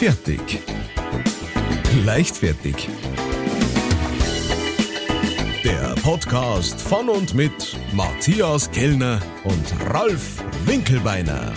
Fertig. Leichtfertig. Der Podcast von und mit Matthias Kellner und Ralf Winkelbeiner.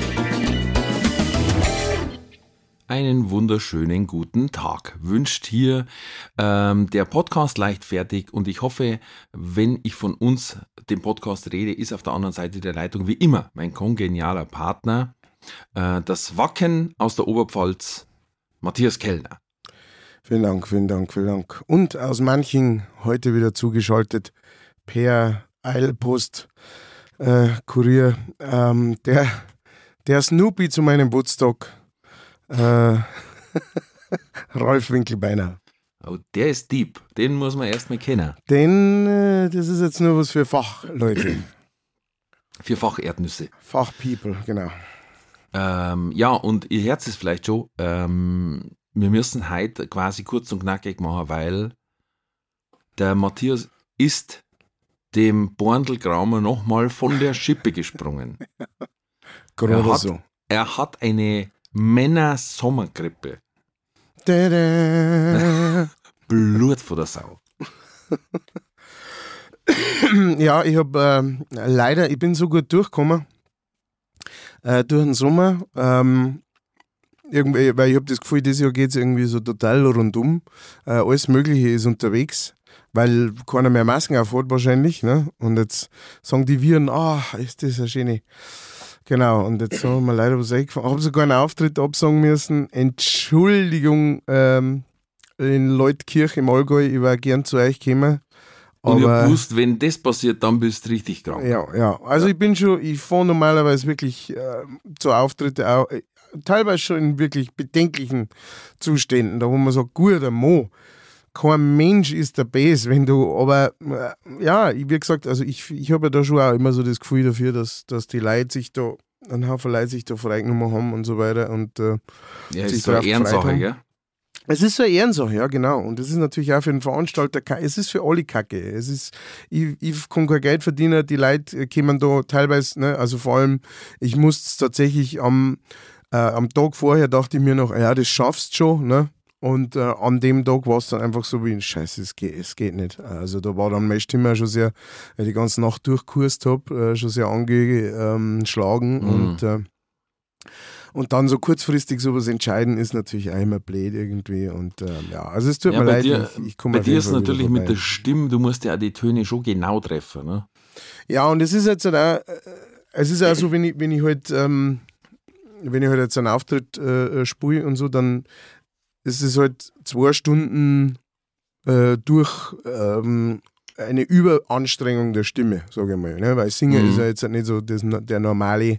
Einen wunderschönen guten Tag wünscht hier der Podcast Leichtfertig, und ich hoffe, wenn ich von uns, dem Podcast, rede, ist auf der anderen Seite der Leitung wie immer mein kongenialer Partner, das Wacken aus der Oberpfalz, Matthias Kellner. Vielen Dank. Und aus Manching heute wieder zugeschaltet per Eilpost Kurier, der Snoopy zu meinem Woodstock, Ralf Winkelbeiner. Oh, der ist deep, den muss man erst mal kennen. Denn das ist jetzt nur was für Fachleute. Für Facherdnüsse. Fachpeople, genau. Ja, und ihr Herz ist vielleicht schon, wir müssen heute quasi kurz und knackig machen, weil der Matthias ist dem Borndl-Graumer nochmal von der Schippe gesprungen. Gerade so. Er hat eine Männer-Sommergrippe. Blut vor der Sau. Ja, ich habe leider, ich bin so gut durchgekommen durch den Sommer. Irgendwie, weil ich habe das Gefühl, dieses Jahr geht es irgendwie so total rundum. Alles Mögliche ist unterwegs, weil keiner mehr Masken aufhat wahrscheinlich. Ne? Und jetzt sagen die Viren, ist das eine schöne. Genau, und jetzt haben wir leider was eingefangen. Ich habe sogar einen Auftritt absagen müssen. Entschuldigung, in Leutkirch im Allgäu, ich war gern zu euch gekommen. Und ich habe gewusst, wenn das passiert, dann bist du richtig krank. Ja. Also ich fahre normalerweise wirklich zu Auftritten auch, teilweise schon in wirklich bedenklichen Zuständen, da wo man sagt, guter Mo, kein Mensch ist der Best, wenn du, aber wie gesagt, also ich habe ja da schon auch immer so das Gefühl dafür, dass die Leute sich da, ein Haufen Leute sich da freigenommen haben und so weiter. Und ja, ist so eine Ehrensache, gell? Es ist so eine Ehrensache, ja genau. Und es ist natürlich auch für den Veranstalter, es ist für alle Kacke. Ich kann kein Geld verdienen, die Leute kommen da teilweise, ne, also vor allem, ich musste tatsächlich am Tag vorher, dachte ich mir noch, ja, das schaffst du schon, ne? Und an dem Tag war es dann einfach so wie, scheiße, es geht nicht. Also da war dann meine Stimme schon sehr, weil ich die ganze Nacht durchgekürzt habe, schon sehr angeschlagen. Und dann so kurzfristig sowas entscheiden ist natürlich auch immer blöd irgendwie. Und also es tut mir leid. Bei dir ist natürlich mit der Stimme, du musst ja auch die Töne schon genau treffen, ne? Ja, und es ist jetzt halt auch, so, wenn ich halt jetzt einen Auftritt spiele und so, dann ist es halt 2 Stunden durch eine Überanstrengung der Stimme, sage ich mal. Ne? Weil Singen ist ja jetzt nicht so der normale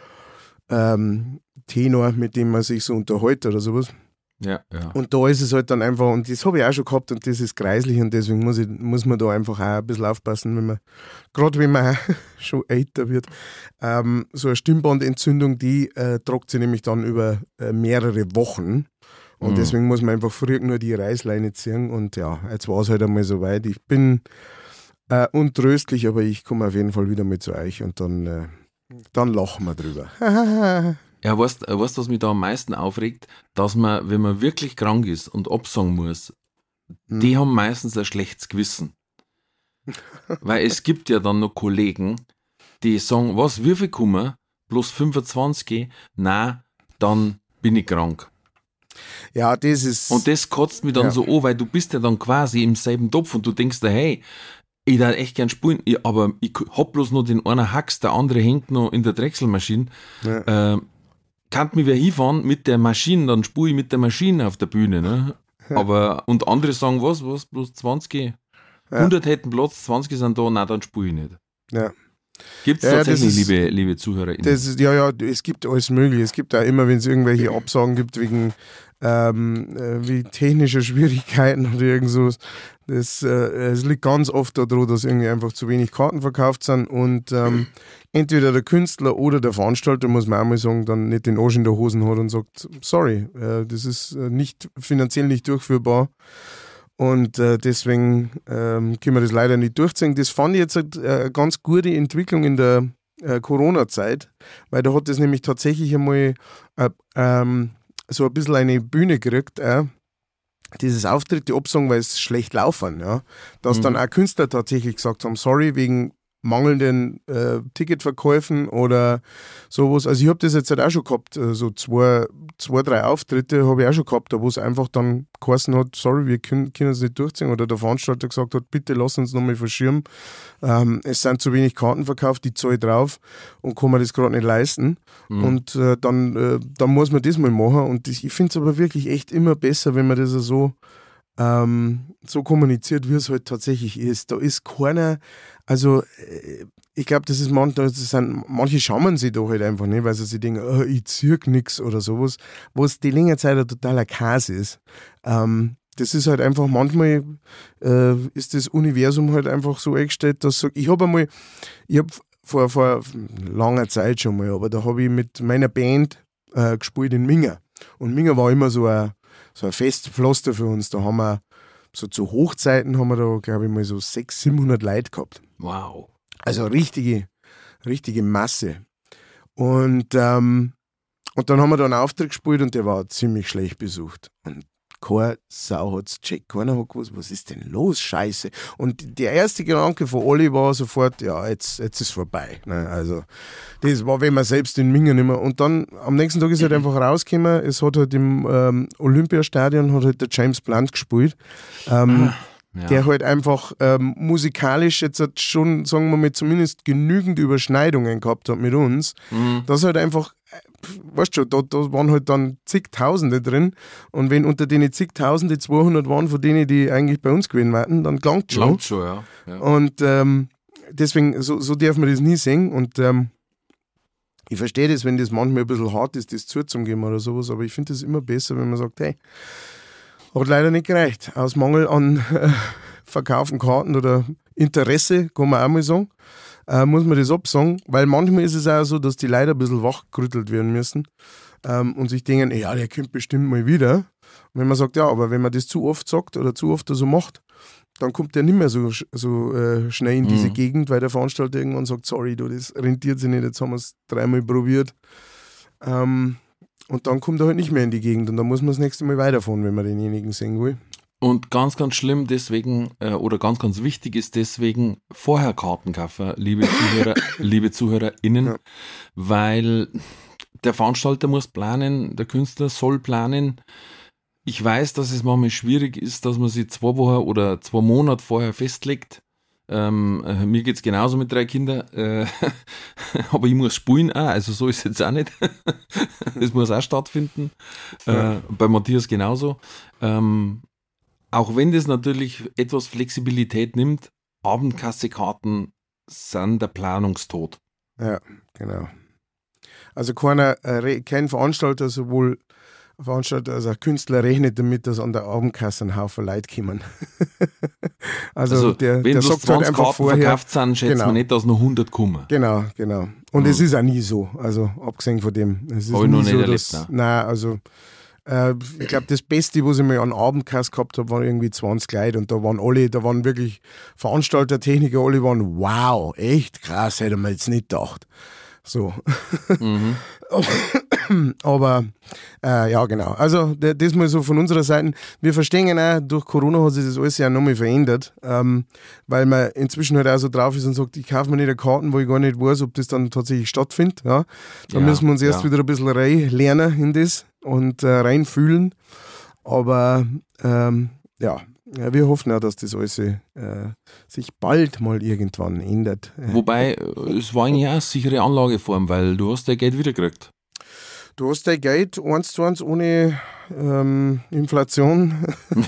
Tenor, mit dem man sich so unterhält oder sowas. Ja. Und da ist es halt dann einfach, und das habe ich auch schon gehabt und das ist greislich, und deswegen muss man da einfach auch ein bisschen aufpassen, gerade wenn man schon älter wird. So eine Stimmbandentzündung, die tragt sich nämlich dann über mehrere Wochen. Und deswegen muss man einfach früher nur die Reißleine ziehen. Und ja, jetzt war es halt einmal so weit. Ich bin untröstlich, aber ich komme auf jeden Fall wieder mit zu euch und dann lachen wir drüber. Ja, weißt du, was mich da am meisten aufregt? Dass man, wenn man wirklich krank ist und absagen muss, die haben meistens ein schlechtes Gewissen. Weil es gibt ja dann noch Kollegen, die sagen, wie viel kommen? Bloß 25? Nein, dann bin ich krank. Ja, das ist... Und das kotzt mich dann so an, weil du bist ja dann quasi im selben Topf und du denkst dir, hey, ich darf echt gern spielen, aber ich hab bloß noch den einen Hax, der andere hängt noch in der Drechselmaschine. Ja. Kann mich wer hinfahren mit der Maschine, dann spiele ich mit der Maschine auf der Bühne. Ne? Aber, und andere sagen, was, bloß 20? 100 hätten Platz, 20 sind da, nein, dann spiele ich nicht. Ja. Gibt es tatsächlich, liebe ZuhörerInnen? Es gibt alles Mögliche. Es gibt auch immer, wenn es irgendwelche Absagen gibt wegen wie technischer Schwierigkeiten oder irgend sowas. Es liegt ganz oft daran, dass irgendwie einfach zu wenig Karten verkauft sind und entweder der Künstler oder der Veranstalter, muss man auch mal sagen, dann nicht den Arsch in der Hosen hat und sagt, sorry, das ist finanziell nicht durchführbar. Und deswegen können wir das leider nicht durchziehen. Das fand ich jetzt eine ganz gute Entwicklung in der Corona-Zeit, weil da hat es nämlich tatsächlich einmal so ein bisschen eine Bühne gekriegt, dieses Auftritte absagen, weil es schlecht laufen. Ja. Dass dann auch Künstler tatsächlich gesagt haben, sorry, wegen mangelnden Ticketverkäufen oder sowas. Also ich habe das jetzt halt auch schon gehabt, so zwei, drei Auftritte habe ich auch schon gehabt, da wo es einfach dann geheißen hat, sorry, wir können es nicht durchziehen, oder der Veranstalter gesagt hat, bitte lass uns nochmal verschirmen, es sind zu wenig Karten verkauft, die zahle ich drauf und kann mir das gerade nicht leisten. Und dann muss man das mal machen, und ich finde es aber wirklich echt immer besser, wenn man das so kommuniziert, wie es halt tatsächlich ist. Da ist keiner, also ich glaube, manche schauen sich da halt einfach nicht, weil sie sich denken, ich zirk nix oder sowas, wo es die längere Zeit ein totaler Käse ist. Das ist halt einfach, manchmal ist das Universum halt einfach so eingestellt, dass ich habe vor langer Zeit schon mal, aber da habe ich mit meiner Band gespielt in Minga. Und Minga war immer so ein Festpflaster für uns. Da haben wir so zu Hochzeiten haben wir da, glaube ich, mal so 600, 700 Leute gehabt. Wow. Also richtige Masse. Und dann haben wir da einen Auftritt gespielt und der war ziemlich schlecht besucht. Und keine Sau hat es gecheckt. Keiner hat gewusst, was ist denn los? Scheiße. Und der erste Gedanke von Olli war sofort, ja, jetzt ist es vorbei. Ne? Also, das war, wenn man selbst in Minga nicht mehr. Und dann am nächsten Tag ist halt einfach rausgekommen, es hat halt im Olympiastadion hat halt der James Blunt gespielt. Der halt einfach musikalisch jetzt halt schon, sagen wir mal, zumindest genügend Überschneidungen gehabt hat mit uns, dass halt einfach, weißt du, da waren halt dann zigtausende drin, und wenn unter denen zigtausende 200 waren von denen, die eigentlich bei uns gewesen waren, dann gelangt schon. Langt schon, ja. Und deswegen, so darf man das nie sehen, und ich verstehe das, wenn das manchmal ein bisschen hart ist, das zuzugeben oder sowas, aber ich finde es immer besser, wenn man sagt, hey, hat leider nicht gereicht. Aus Mangel an verkaufen Karten oder Interesse, kann man auch mal sagen, muss man das absagen, weil manchmal ist es auch so, dass die Leute ein bisschen wachgerüttelt werden müssen und sich denken, ja, der kommt bestimmt mal wieder. Und wenn man sagt, ja, aber wenn man das zu oft sagt oder zu oft so macht, dann kommt der nicht mehr so schnell in diese Gegend, weil der Veranstalter irgendwann sagt, sorry, du, das rentiert sich nicht, jetzt haben wir es 3-mal probiert. Und dann kommt er halt nicht mehr in die Gegend, und dann muss man das nächste Mal weiterfahren, wenn man denjenigen sehen will. Und ganz, ganz schlimm deswegen, oder ganz, ganz wichtig ist deswegen vorher Karten kaufen, liebe Zuhörer, liebe ZuhörerInnen, weil der Veranstalter muss planen, der Künstler soll planen. Ich weiß, dass es manchmal schwierig ist, dass man sich 2 Wochen oder 2 Monate vorher festlegt. Mir geht es genauso mit 3 Kindern, aber ich muss spielen auch, also so ist es jetzt auch nicht. Das muss auch stattfinden. Bei Matthias genauso. Auch wenn das natürlich etwas Flexibilität nimmt, Abendkassekarten sind der Planungstod. Ja, genau. Also kein Veranstalter, sowohl Veranstalter als auch Künstler rechnet damit, dass an der Abendkasse ein Haufen Leute kommen. also der wenn sagt bloß 20 halt einfach Karten vorher, verkauft sind, schätzt man nicht, dass noch 100 kommen. Genau. Und es ist auch nie so, also abgesehen von dem. Es ist Habe ich noch nicht so, erlebt. Nein, also ich glaube, das Beste, was ich mal an Abendkasse gehabt habe, waren irgendwie 20 Leute, und da waren wirklich Veranstalter, Techniker, alle waren, wow, echt krass, hätte man jetzt nicht gedacht. So. Aber ja, genau. Also das mal so von unserer Seite. Wir verstehen auch, durch Corona hat sich das alles ja nochmal verändert, weil man inzwischen halt auch so drauf ist und sagt, ich kaufe mir nicht eine Karten, wo ich gar nicht weiß, ob das dann tatsächlich stattfindet. Ja. Da müssen wir uns erst wieder ein bisschen reinlernen in das und reinfühlen. Aber ja, wir hoffen auch, dass das alles sich bald mal irgendwann ändert. Wobei, es war eigentlich auch eine sichere Anlageform, weil du hast dein Geld wiedergekriegt. Du hast dein Geld 1:1 ohne Inflation.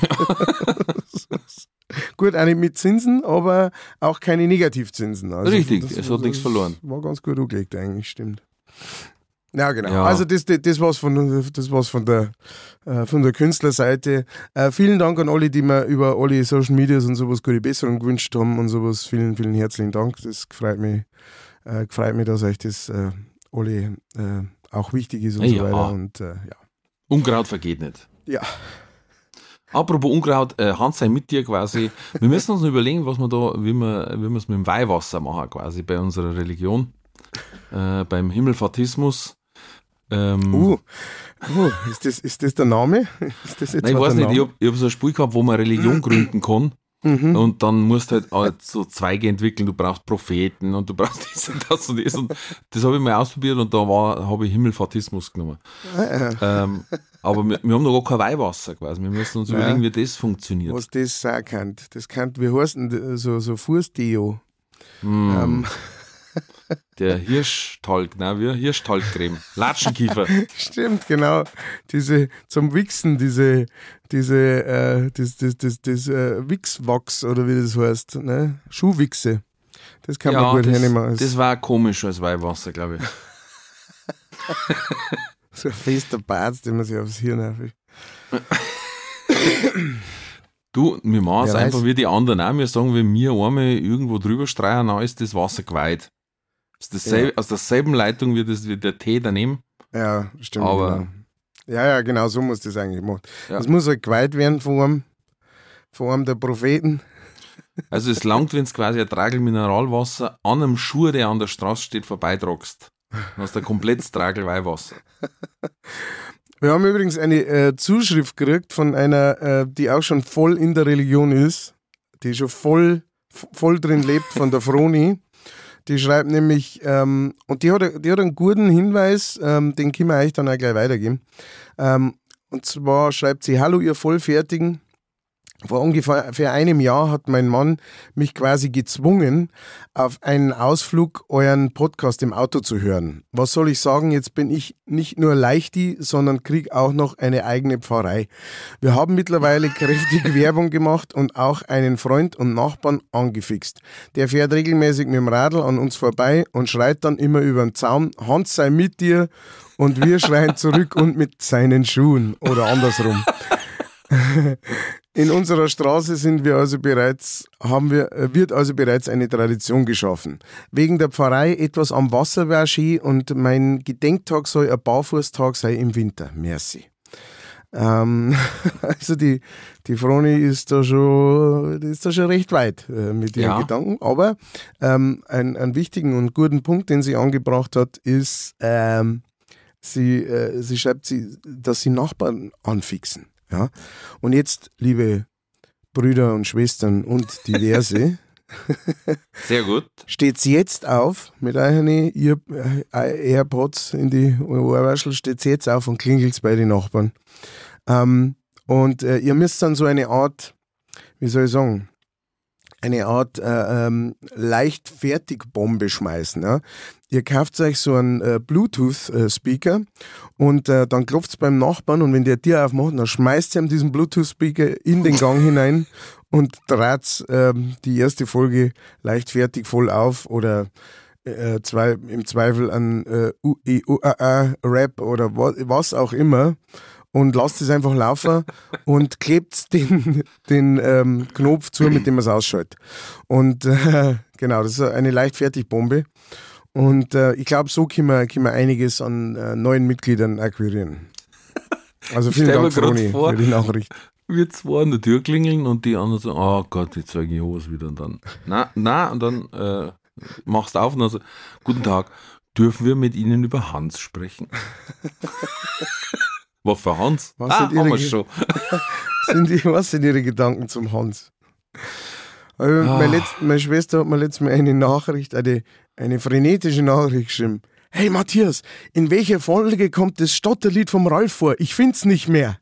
Gut, auch nicht mit Zinsen, aber auch keine Negativzinsen. Also richtig, es hat nichts verloren. War ganz gut angelegt eigentlich, stimmt. Ja, genau. Ja. Also das war's von der Künstlerseite. Vielen Dank an alle, die mir über alle Social Medias und sowas gute Besserung gewünscht haben und sowas. Vielen, vielen herzlichen Dank. Das freut mich, dass euch das alle auch wichtig ist und so weiter. Und, ja. Unkraut vergeht nicht. Ja. Apropos Unkraut, Hans sei mit dir quasi. Wir müssen uns noch überlegen, wie wir es mit dem Weihwasser machen quasi bei unserer Religion, beim Himmelfatismus. Ist das der Name? Ist das jetzt Nein, ich weiß nicht, Name? ich hab so ein Spiel gehabt, wo man Religion gründen kann. Und dann musst du halt so Zweige entwickeln, du brauchst Propheten und du brauchst dies und das und das. Und das habe ich mal ausprobiert und da habe ich Himmelfatismus genommen. Aber wir haben noch gar kein Weihwasser quasi. Wir müssen uns überlegen, wie das funktioniert. Was das sein kann. Das kann, wie heißt denn so Fußdeo? Der Hirschtalg, wie Hirschtalgcreme. Latschenkiefer. Stimmt, genau. Diese zum Wichsen, das Wichswachs oder wie das heißt, ne? Schuhwichse. Das kann man gut hernehmen. Das war komisch als Weihwasser, glaube ich. So ein fester Bart, den man sich aufs Hirn aufwischt. Du, wir machen es einfach wie die anderen auch. Wir sagen, wenn wir einmal irgendwo drüber streichen, dann ist das Wasser geweiht. Aus derselben Leitung wie der Tee daneben. Ja, stimmt. Aber genau. Ja, genau, so muss das eigentlich machen. Ja. Das muss halt geweiht werden von einem der Propheten. Also es langt, wenn du quasi ein Tragel Mineralwasser an einem Schuh, der an der Straße steht, vorbeitragst. Dann hast du ein komplettes Tragel Weihwasser. Wir haben übrigens eine Zuschrift gekriegt von einer, die auch schon voll in der Religion ist, die schon voll drin lebt, von der Froni. Die schreibt nämlich, und die hat einen guten Hinweis, den können wir euch dann auch gleich weitergeben. Und zwar schreibt sie: Hallo, ihr Vollfertigen. Vor ungefähr einem Jahr hat mein Mann mich quasi gezwungen, auf einen Ausflug euren Podcast im Auto zu hören. Was soll ich sagen, jetzt bin ich nicht nur Leichti, sondern kriege auch noch eine eigene Pfarrei. Wir haben mittlerweile kräftig Werbung gemacht und auch einen Freund und Nachbarn angefixt. Der fährt regelmäßig mit dem Radl an uns vorbei und schreit dann immer über den Zaun: Hans sei mit dir, und wir schreien zurück: und mit seinen Schuhen, oder andersrum. In unserer Straße wird also bereits eine Tradition geschaffen. Wegen der Pfarrei etwas am Wasser wäre schön und mein Gedenktag soll ein Barfußtag sein im Winter. Merci. Also die Froni ist da schon recht weit mit ihren Gedanken. Aber einen wichtigen und guten Punkt, den sie angebracht hat, ist, sie schreibt, dass sie Nachbarn anfixen. Ja? Und jetzt, liebe Brüder und Schwestern und diverse, sehr gut. Steht's jetzt auf mit euren AirPods in die Ohrwaschel, steht's jetzt auf und klingelt's bei den Nachbarn. Und ihr müsst dann so eine Art, wie soll ich sagen, eine Art Leichtfertigbombe schmeißen. Ja? Ihr kauft euch so einen Bluetooth-Speaker und dann klopft es beim Nachbarn, und wenn der Tür aufmacht, dann schmeißt ihr ihm diesen Bluetooth-Speaker in den Gang hinein und dreht die erste Folge leichtfertig voll auf, oder im Zweifel an Rap oder was auch immer. Und lasst es einfach laufen und klebt den Knopf zu, mit dem man es ausschaltet. Und genau, das ist eine Leichtfertigbombe. Und ich glaube, so können wir einiges an neuen Mitgliedern akquirieren. Also vielen Dank, Froni, für die Nachricht. Wir zwei an der Tür klingeln und die anderen so: oh Gott, die Zeuge Jehovas wieder. Und dann, na, und dann machst du auf und dann so: guten Tag, dürfen wir mit Ihnen über Hans sprechen? Was für Hans? Was sind Ihre Gedanken zum Hans? Meine Schwester hat mir letztes Mal eine Nachricht, eine frenetische Nachricht geschrieben. Hey Matthias, in welcher Folge kommt das Stotterlied vom Ralf vor? Ich find's nicht mehr.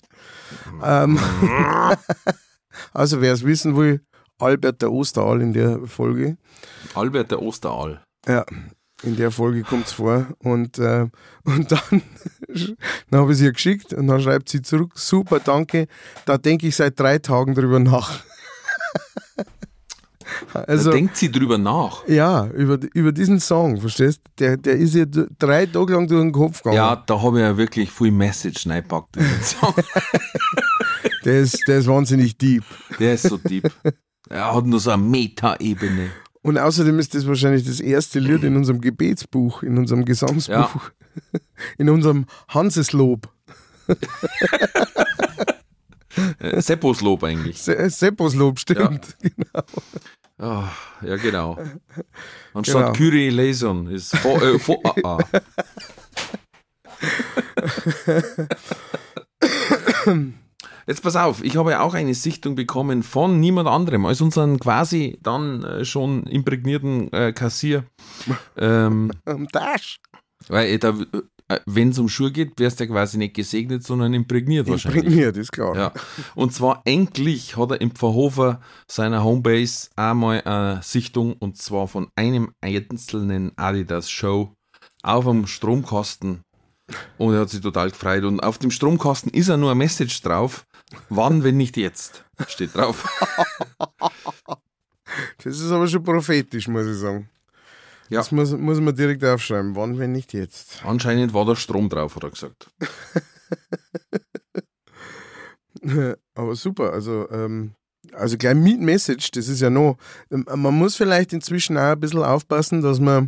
Also wer es wissen will, Albert der Osteraal in der Folge. Albert der Osteraal. Ja. In der Folge kommt es vor, und dann habe ich sie ihr geschickt und dann schreibt sie zurück: super, danke, da denke ich seit 3 Tagen drüber nach. Also, da denkt sie drüber nach? Ja, über diesen Song, verstehst du? Der ist ihr 3 Tage lang durch den Kopf gegangen. Ja, da habe ich ja wirklich viel Message reingepackt in den Song. der ist wahnsinnig deep. Der ist so deep. Er hat nur so eine Meta-Ebene. Und außerdem ist das wahrscheinlich das erste Lied in unserem Gebetsbuch, in unserem Gesangsbuch, ja. In unserem Hanseslob. Sepposlob eigentlich. Sepposlob, stimmt. Ja. Genau. Oh, ja, genau. Anstatt Kyrie eleison ist Jetzt pass auf, ich habe ja auch eine Sichtung bekommen von niemand anderem als unseren quasi dann schon imprägnierten Kassier. Dash. Weil wenn es um Schuhe geht, wärst du ja quasi nicht gesegnet, sondern imprägniert wahrscheinlich. Imprägniert, ist klar. Ja. Und zwar endlich hat er im Pfarrhofer seiner Homebase einmal eine Sichtung, und zwar von einem einzelnen Adidas Show auf dem Stromkasten. Und er hat sich total gefreut. Und auf dem Stromkasten ist ja nur ein Message drauf. Wann, wenn nicht jetzt? Steht drauf. Das ist aber schon prophetisch, muss ich sagen. Ja. Das muss man direkt aufschreiben. Wann, wenn nicht jetzt? Anscheinend war da Strom drauf, hat er gesagt. Aber super, also gleich mit Message, das ist ja noch, man muss vielleicht inzwischen auch ein bisschen aufpassen, dass man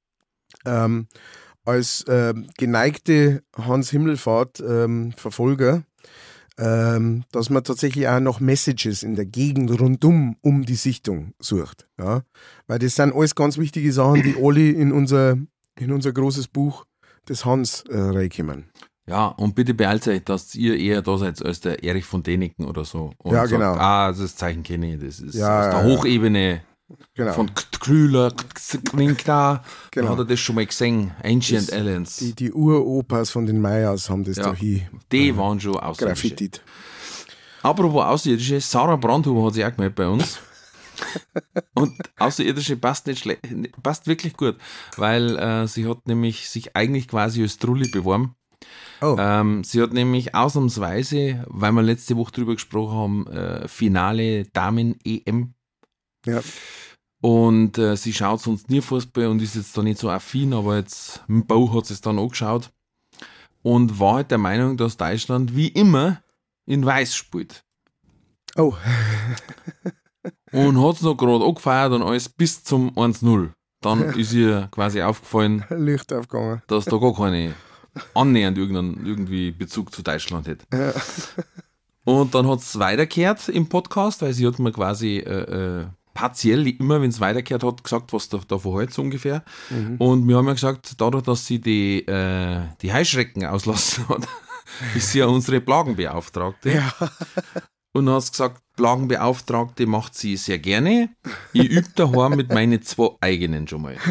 als geneigte Hans-Himmelfahrt-Verfolger, dass man tatsächlich auch noch Messages in der Gegend rundum um die Sichtung sucht. Ja? Weil das sind alles ganz wichtige Sachen, die alle in unser großes Buch des Hans reinkommen. Ja, und bitte beeilt euch, dass ihr eher da seid als der Erich von Däniken oder so. Und Ja, sagt, genau. Das Zeichen kenne ich, das ist Ja, aus der Hochebene Genau. von Krüler, da Genau. hat er das schon mal gesehen, Ancient Aliens. Die Uropas von den Mayas haben das Ja. da hier Die waren schon außerirdische. graffitiert. Apropos Außerirdische, Sarah Brandhuber hat sich auch gemeldet bei uns. Und Außerirdische passt nicht schlecht, passt wirklich gut, weil sie hat nämlich sich eigentlich quasi als Trulli beworben. Oh. Sie hat nämlich ausnahmsweise, weil wir letzte Woche drüber gesprochen haben, Finale Damen-EM. Ja. Und sie schaut sonst nie Fußball und ist jetzt da nicht so affin, aber jetzt im Bau hat sie es dann angeschaut und war halt der Meinung, dass Deutschland wie immer in Weiß spielt. Oh. Und hat es noch gerade angefeiert und alles bis zum 1-0. Dann ist ihr quasi aufgefallen, Licht aufgegangen. dass da gar keine annähernd irgendwie Bezug zu Deutschland hat. Ja. Und dann hat es weitergehört im Podcast, weil sie hat mir quasi partiell immer, wenn es weitergehört hat, gesagt, was davon hält so ungefähr. Und wir haben ja gesagt, dadurch, dass sie die Heuschrecken auslassen hat, ist sie ja unsere Plagenbeauftragte. Ja. Und dann hat sie gesagt, Plagenbeauftragte macht sie sehr gerne. Ich übe daheim mit meinen 2 eigenen schon mal.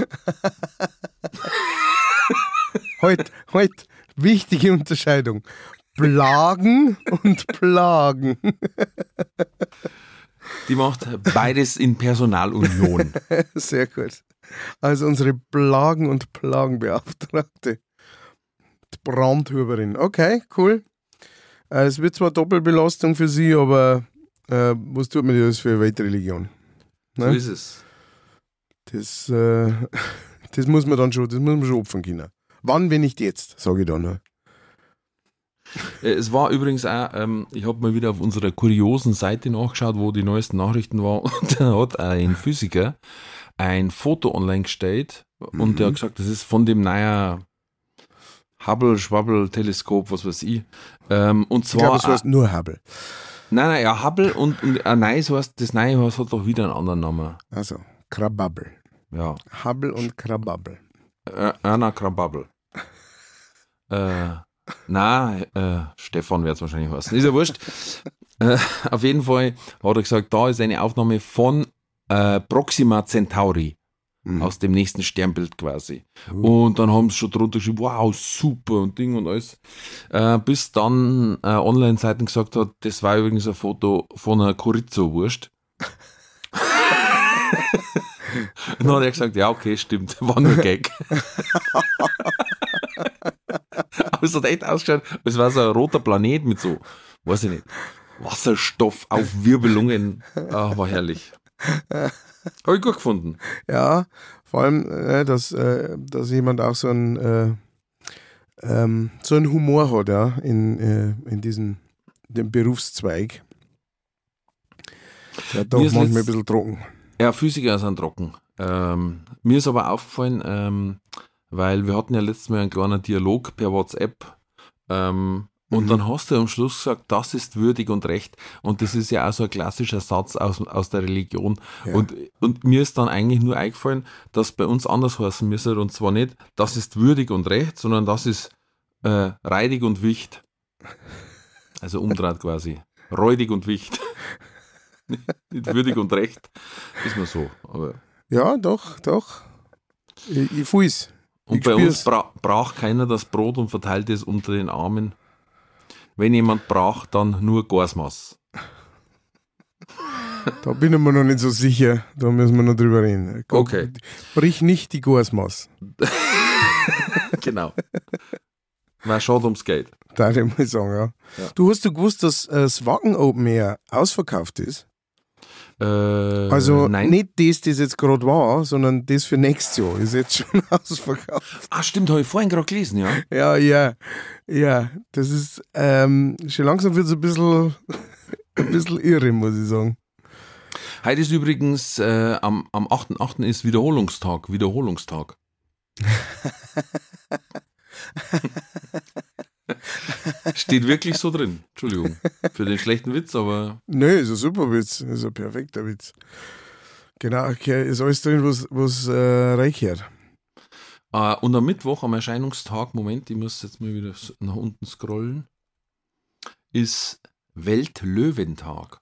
Halt, wichtige Unterscheidung. Plagen und Plagen. Die macht beides in Personalunion. Sehr gut. Also unsere Plagen- und Plagenbeauftragte. Die Brandhuberin. Okay, cool. Es wird zwar Doppelbelastung für sie, aber was tut man das für eine Weltreligion? So ist es. Das muss man schon opfern können. Wann, wenn nicht jetzt, sage ich dann nur. Es war übrigens auch, ich habe mal wieder auf unserer kuriosen Seite nachgeschaut, wo die neuesten Nachrichten waren, und da hat ein Physiker ein Foto online gestellt und der hat gesagt, das ist von dem neuen Hubble-Schwabbel-Teleskop, was weiß ich. Und zwar. Ich glaube, es heißt nur Hubble. Nein, ja, Hubble und ein neues heißt, das neue heißt, hat doch wieder einen anderen Namen. Also, Krababble. Ja. Hubble und Krababble. Anna Krababble. Stefan wird es wahrscheinlich heißen. Ist ja wurscht. Auf jeden Fall hat er gesagt, da ist eine Aufnahme von Proxima Centauri. Aus dem nächsten Sternbild quasi. Und dann haben sie schon drunter geschrieben, wow, super und Ding und alles. Bis dann Online-Seiten gesagt hat, das war übrigens ein Foto von einer Chorizo-Wurst. Und dann hat er gesagt, ja, okay, stimmt, war nur Gag. Aber es hat echt ausgeschaut, es war so ein roter Planet mit so, weiß ich nicht, Wasserstoffaufwirbelungen. War herrlich. Habe ich gut gefunden. Ja, vor allem, dass jemand auch so einen Humor hat, ja, in dem Berufszweig. Der hat doch manchmal ein bisschen trocken. Ja, Physiker sind trocken. Mir ist aber aufgefallen, weil wir hatten ja letztes Mal einen kleinen Dialog per WhatsApp und dann hast du am Schluss gesagt, das ist würdig und recht. Und das ist ja auch so ein klassischer Satz aus der Religion. Ja. Und mir ist dann eigentlich nur eingefallen, dass bei uns anders heißen müsste. Und zwar nicht, das ist würdig und recht, sondern das ist Reidig und Wicht. Also umdraht quasi. Räudig und Wicht. Nicht würdig und recht. Ist mir so. Aber Ja, doch. Ich fühl's. und Ich bei uns spür's. braucht keiner das Brot und verteilt es unter den Armen. Wenn jemand braucht, dann nur Gasmaß. Da bin ich mir noch nicht so sicher. Da müssen wir noch drüber reden. Okay. Brich nicht die Gasmaß. Genau. War schade ums Geld. Da ich mal sagen, ja. Ja. Du hast gewusst, dass das Wacken Open Air ausverkauft ist? Also nein. nicht das jetzt gerade war, sondern das für nächstes Jahr ist jetzt schon ausverkauft. Ah, stimmt, habe ich vorhin gerade gelesen, ja. Ja, das ist, schon langsam wird es ein bisschen irre, muss ich sagen. Heute ist übrigens am 8.8. ist Wiederholungstag. Steht wirklich so drin. Entschuldigung für den schlechten Witz, aber Nö, ist ein super Witz, ist ein perfekter Witz. Genau, okay, ist alles drin, was reinkehrt. und am Mittwoch, am Erscheinungstag, Moment, ich muss jetzt mal wieder nach unten scrollen, ist Weltlöwentag.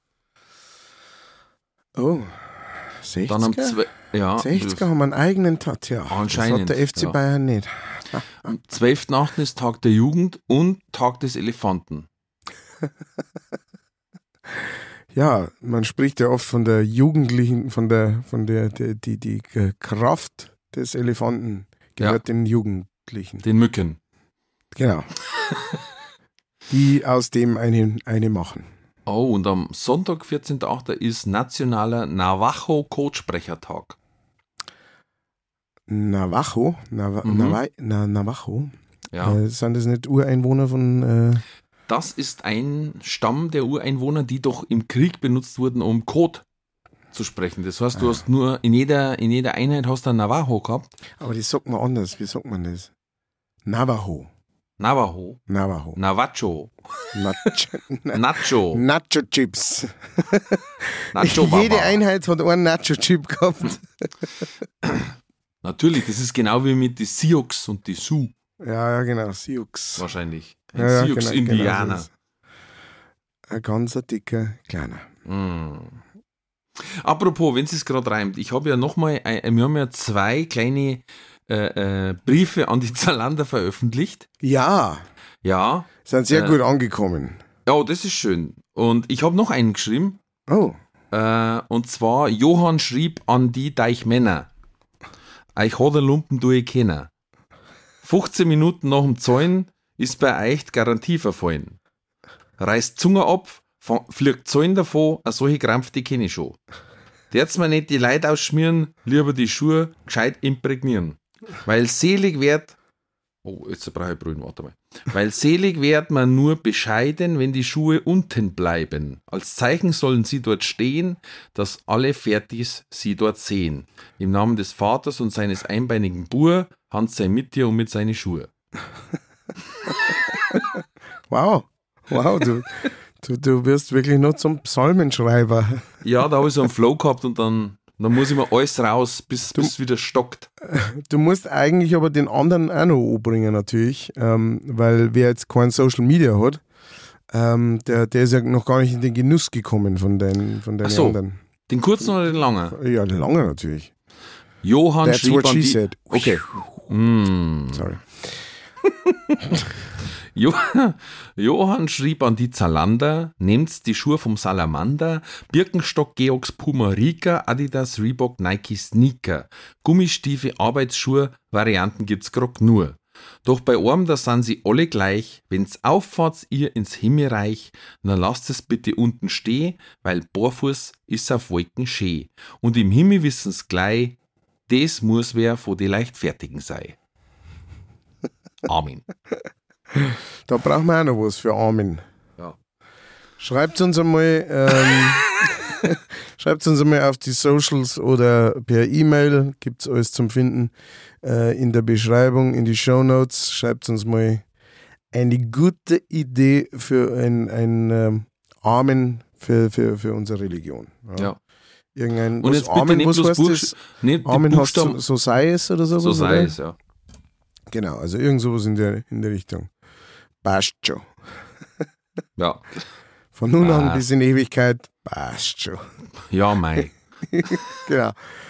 Oh, 60er? Dann am 60er haben wir einen eigenen Tag, ja. Anscheinend, Das hat der FC ja. Bayern nicht. Am 12.8. ist Tag der Jugend und Tag des Elefanten. Ja, man spricht ja oft von der Jugendlichen, die Kraft des Elefanten gehört den Jugendlichen. Den Mücken. Genau. Die aus dem eine machen. Oh, und am Sonntag, 14.8. ist nationaler Navajo-Codesprechertag. Navajo? Navajo? Ja. Sind das nicht Ureinwohner von... Das ist ein Stamm der Ureinwohner, die doch im Krieg benutzt wurden, um Code zu sprechen. Das heißt, du hast nur in jeder Einheit hast du ein Navajo gehabt. Aber das sagt man anders. Wie sagt man das? Navajo. Navajo. Navajo. Nacho. Nacho Chips. Nacho Baba. Jede Einheit hat einen Nacho Chip gehabt. Natürlich, das ist genau wie mit den Sioux und die Sioux Ja, genau. Sioux. wahrscheinlich. Ein Ja, Sioux-Indianer. Genau so ist. Ein ganz dicker, kleiner. Apropos, wenn es gerade reimt, ich habe ja nochmal, wir haben ja 2 kleine Briefe an die Zalander veröffentlicht. Ja, Ja. sind sehr gut angekommen. Ja, das ist schön. Und ich habe noch einen geschrieben. Oh, Und zwar, Johann schrieb an die Deichmänner. Euch hat der Lumpen kennen. 15 Minuten nach dem Zäunen ist bei euch die Garantie verfallen. Reißt Zunge ab, fliegt Zäunen davon, a solche Krampf, die kenne ich schon. Der's mir nicht die Leute ausschmieren, lieber die Schuhe gescheit imprägnieren. Weil selig wird, oh, jetzt brauche ich Brühen, warte mal. Weil selig wird man nur bescheiden, wenn die Schuhe unten bleiben. Als Zeichen sollen sie dort stehen, dass alle Fertis sie dort sehen. Im Namen des Vaters und seines einbeinigen Bur, Hans sei mit dir und mit seinen Schuhe. wow, du wirst wirklich noch zum Psalmenschreiber. Ja, da habe ich so einen Flow gehabt und dann muss ich mir alles raus, bis es wieder stockt. Du musst eigentlich aber den anderen auch noch anbringen natürlich, weil wer jetzt kein Social Media hat, der ist ja noch gar nicht in den Genuss gekommen von deinen Ach so. anderen. Den kurzen oder den langen? Ja, den lange natürlich. Johann That's schrieb what an she die... said. Okay. Sorry. Johann schrieb an die Zalander, nehmt die Schuhe vom Salamander, Birkenstock, Georgs, Puma, Rika, Adidas, Reebok, Nike, Sneaker, Gummistiefel, Arbeitsschuhe, Varianten gibt's grad nur. Doch bei einem, da sind sie alle gleich, wenn's auffahrt ihr ins Himmelreich, dann lasst es bitte unten stehen, weil barfuß ist auf Wolken schön. Und im Himmel wissen's gleich, das muss wer von die Leichtfertigen sei. Amen. Da brauchen wir auch noch was für Armin. Ja. Schreibt uns einmal auf die Socials oder per E-Mail, gibt's alles zum Finden in der Beschreibung, in die Shownotes. Schreibt uns mal eine gute Idee für ein Amen für unsere Religion. Ja. Irgendein Und was jetzt bitte Amen, nicht was bloß heißt das? nicht die Amen heißt Buchstaben, so sei es oder sowas? so sei oder? es, ja. Genau, also irgend sowas in der Richtung. passt schon. Ja. Von nun an bis in Ewigkeit, passt schon. Ja, mei. Genau.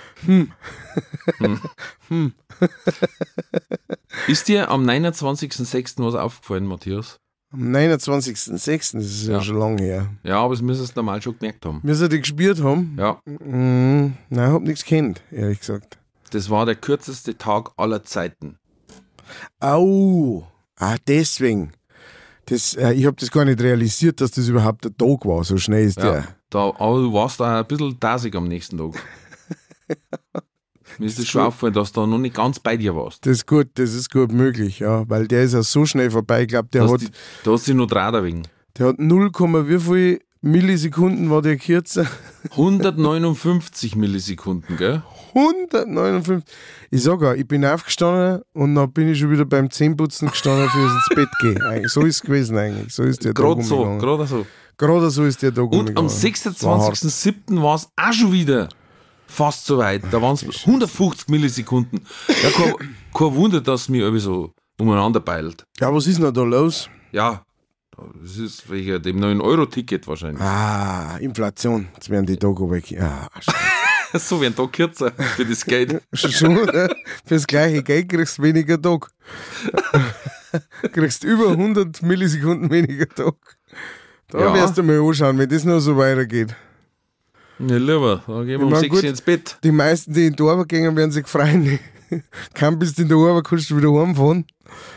Ist dir am 29.06. was aufgefallen, Matthias? Am 29.06., das ist ja schon lange her. Ja, aber das müsstest du normal schon gemerkt haben. Müssen die gespürt haben? Ja. Nein, ich hab nichts kennt, ehrlich gesagt. Das war der kürzeste Tag aller Zeiten. Au, deswegen. Ich habe das gar nicht realisiert, dass das überhaupt der Tag war. So schnell ist der. Aber du warst da ein bisschen dasig am nächsten Tag. Mir ist das schon aufgefallen, dass du da noch nicht ganz bei dir warst. Das ist gut möglich, ja. Weil der ist ja so schnell vorbei. Ich glaube, Da hast du noch Draht wegen. Der hat 0, wie viel Millisekunden war der kürzer? 159 Millisekunden, gell? 159. Ich sag auch, ich bin aufgestanden und dann bin ich schon wieder beim Zähneputzen gestanden, für ins Bett gehen. Eigentlich, so ist es gewesen eigentlich. So ist der Tag umgegangen. Gerade so ist der Tag umgegangen. Und am 26.07. war es auch schon wieder fast so weit. Da waren es 150 Millisekunden. Ja, kein Wunder, dass es mich irgendwie so umeinander peilt. Ja, was ist denn da los? Ja, das ist wegen dem 9-Euro-Ticket wahrscheinlich. Inflation. Jetzt werden die Tage weg. So wie ein Tag kürzer für das Geld. Schon, für das gleiche Geld kriegst du weniger Tag. Kriegst über 100 Millisekunden weniger Tag. Da wirst du mal anschauen, wenn das noch so weitergeht. Ja, lieber, dann gehen wir um 6 Uhr ins Bett. Die meisten, die in die Arbeit gehen, werden sich freuen. Kaum bist du in der Arbeit, kannst du wieder heimfahren.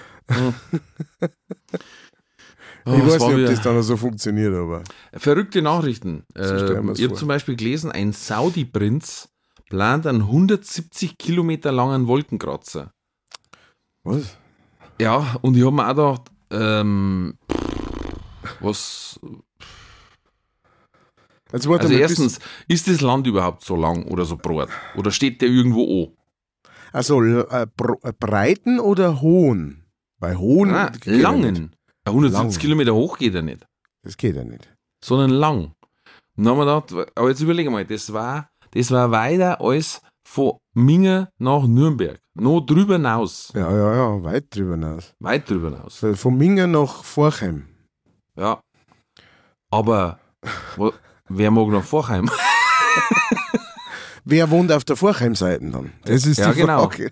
Ich weiß nicht, ob das dann so funktioniert, aber. Verrückte Nachrichten. Ich habe zum Beispiel gelesen, ein Saudi-Prinz plant einen 170 Kilometer langen Wolkenkratzer. Was? Ja, und ich habe mir auch gedacht, was. Also erstens, ist das Land überhaupt so lang oder so breit? Oder steht der irgendwo an? Also breiten oder hohen? Bei hohen. Langen. 170 Kilometer hoch geht er nicht. Das geht ja nicht. Sondern lang. Und dann haben wir gedacht, aber jetzt überlegen wir mal, das war weiter als von Minge nach Nürnberg. Noch drüber hinaus. Ja, weit drüber hinaus. Weit drüber hinaus. Von Minge nach Forchheim. Ja. Aber wer mag nach Forchheim? Wer wohnt auf der Forchheim-Seite dann? Das ist die Frage.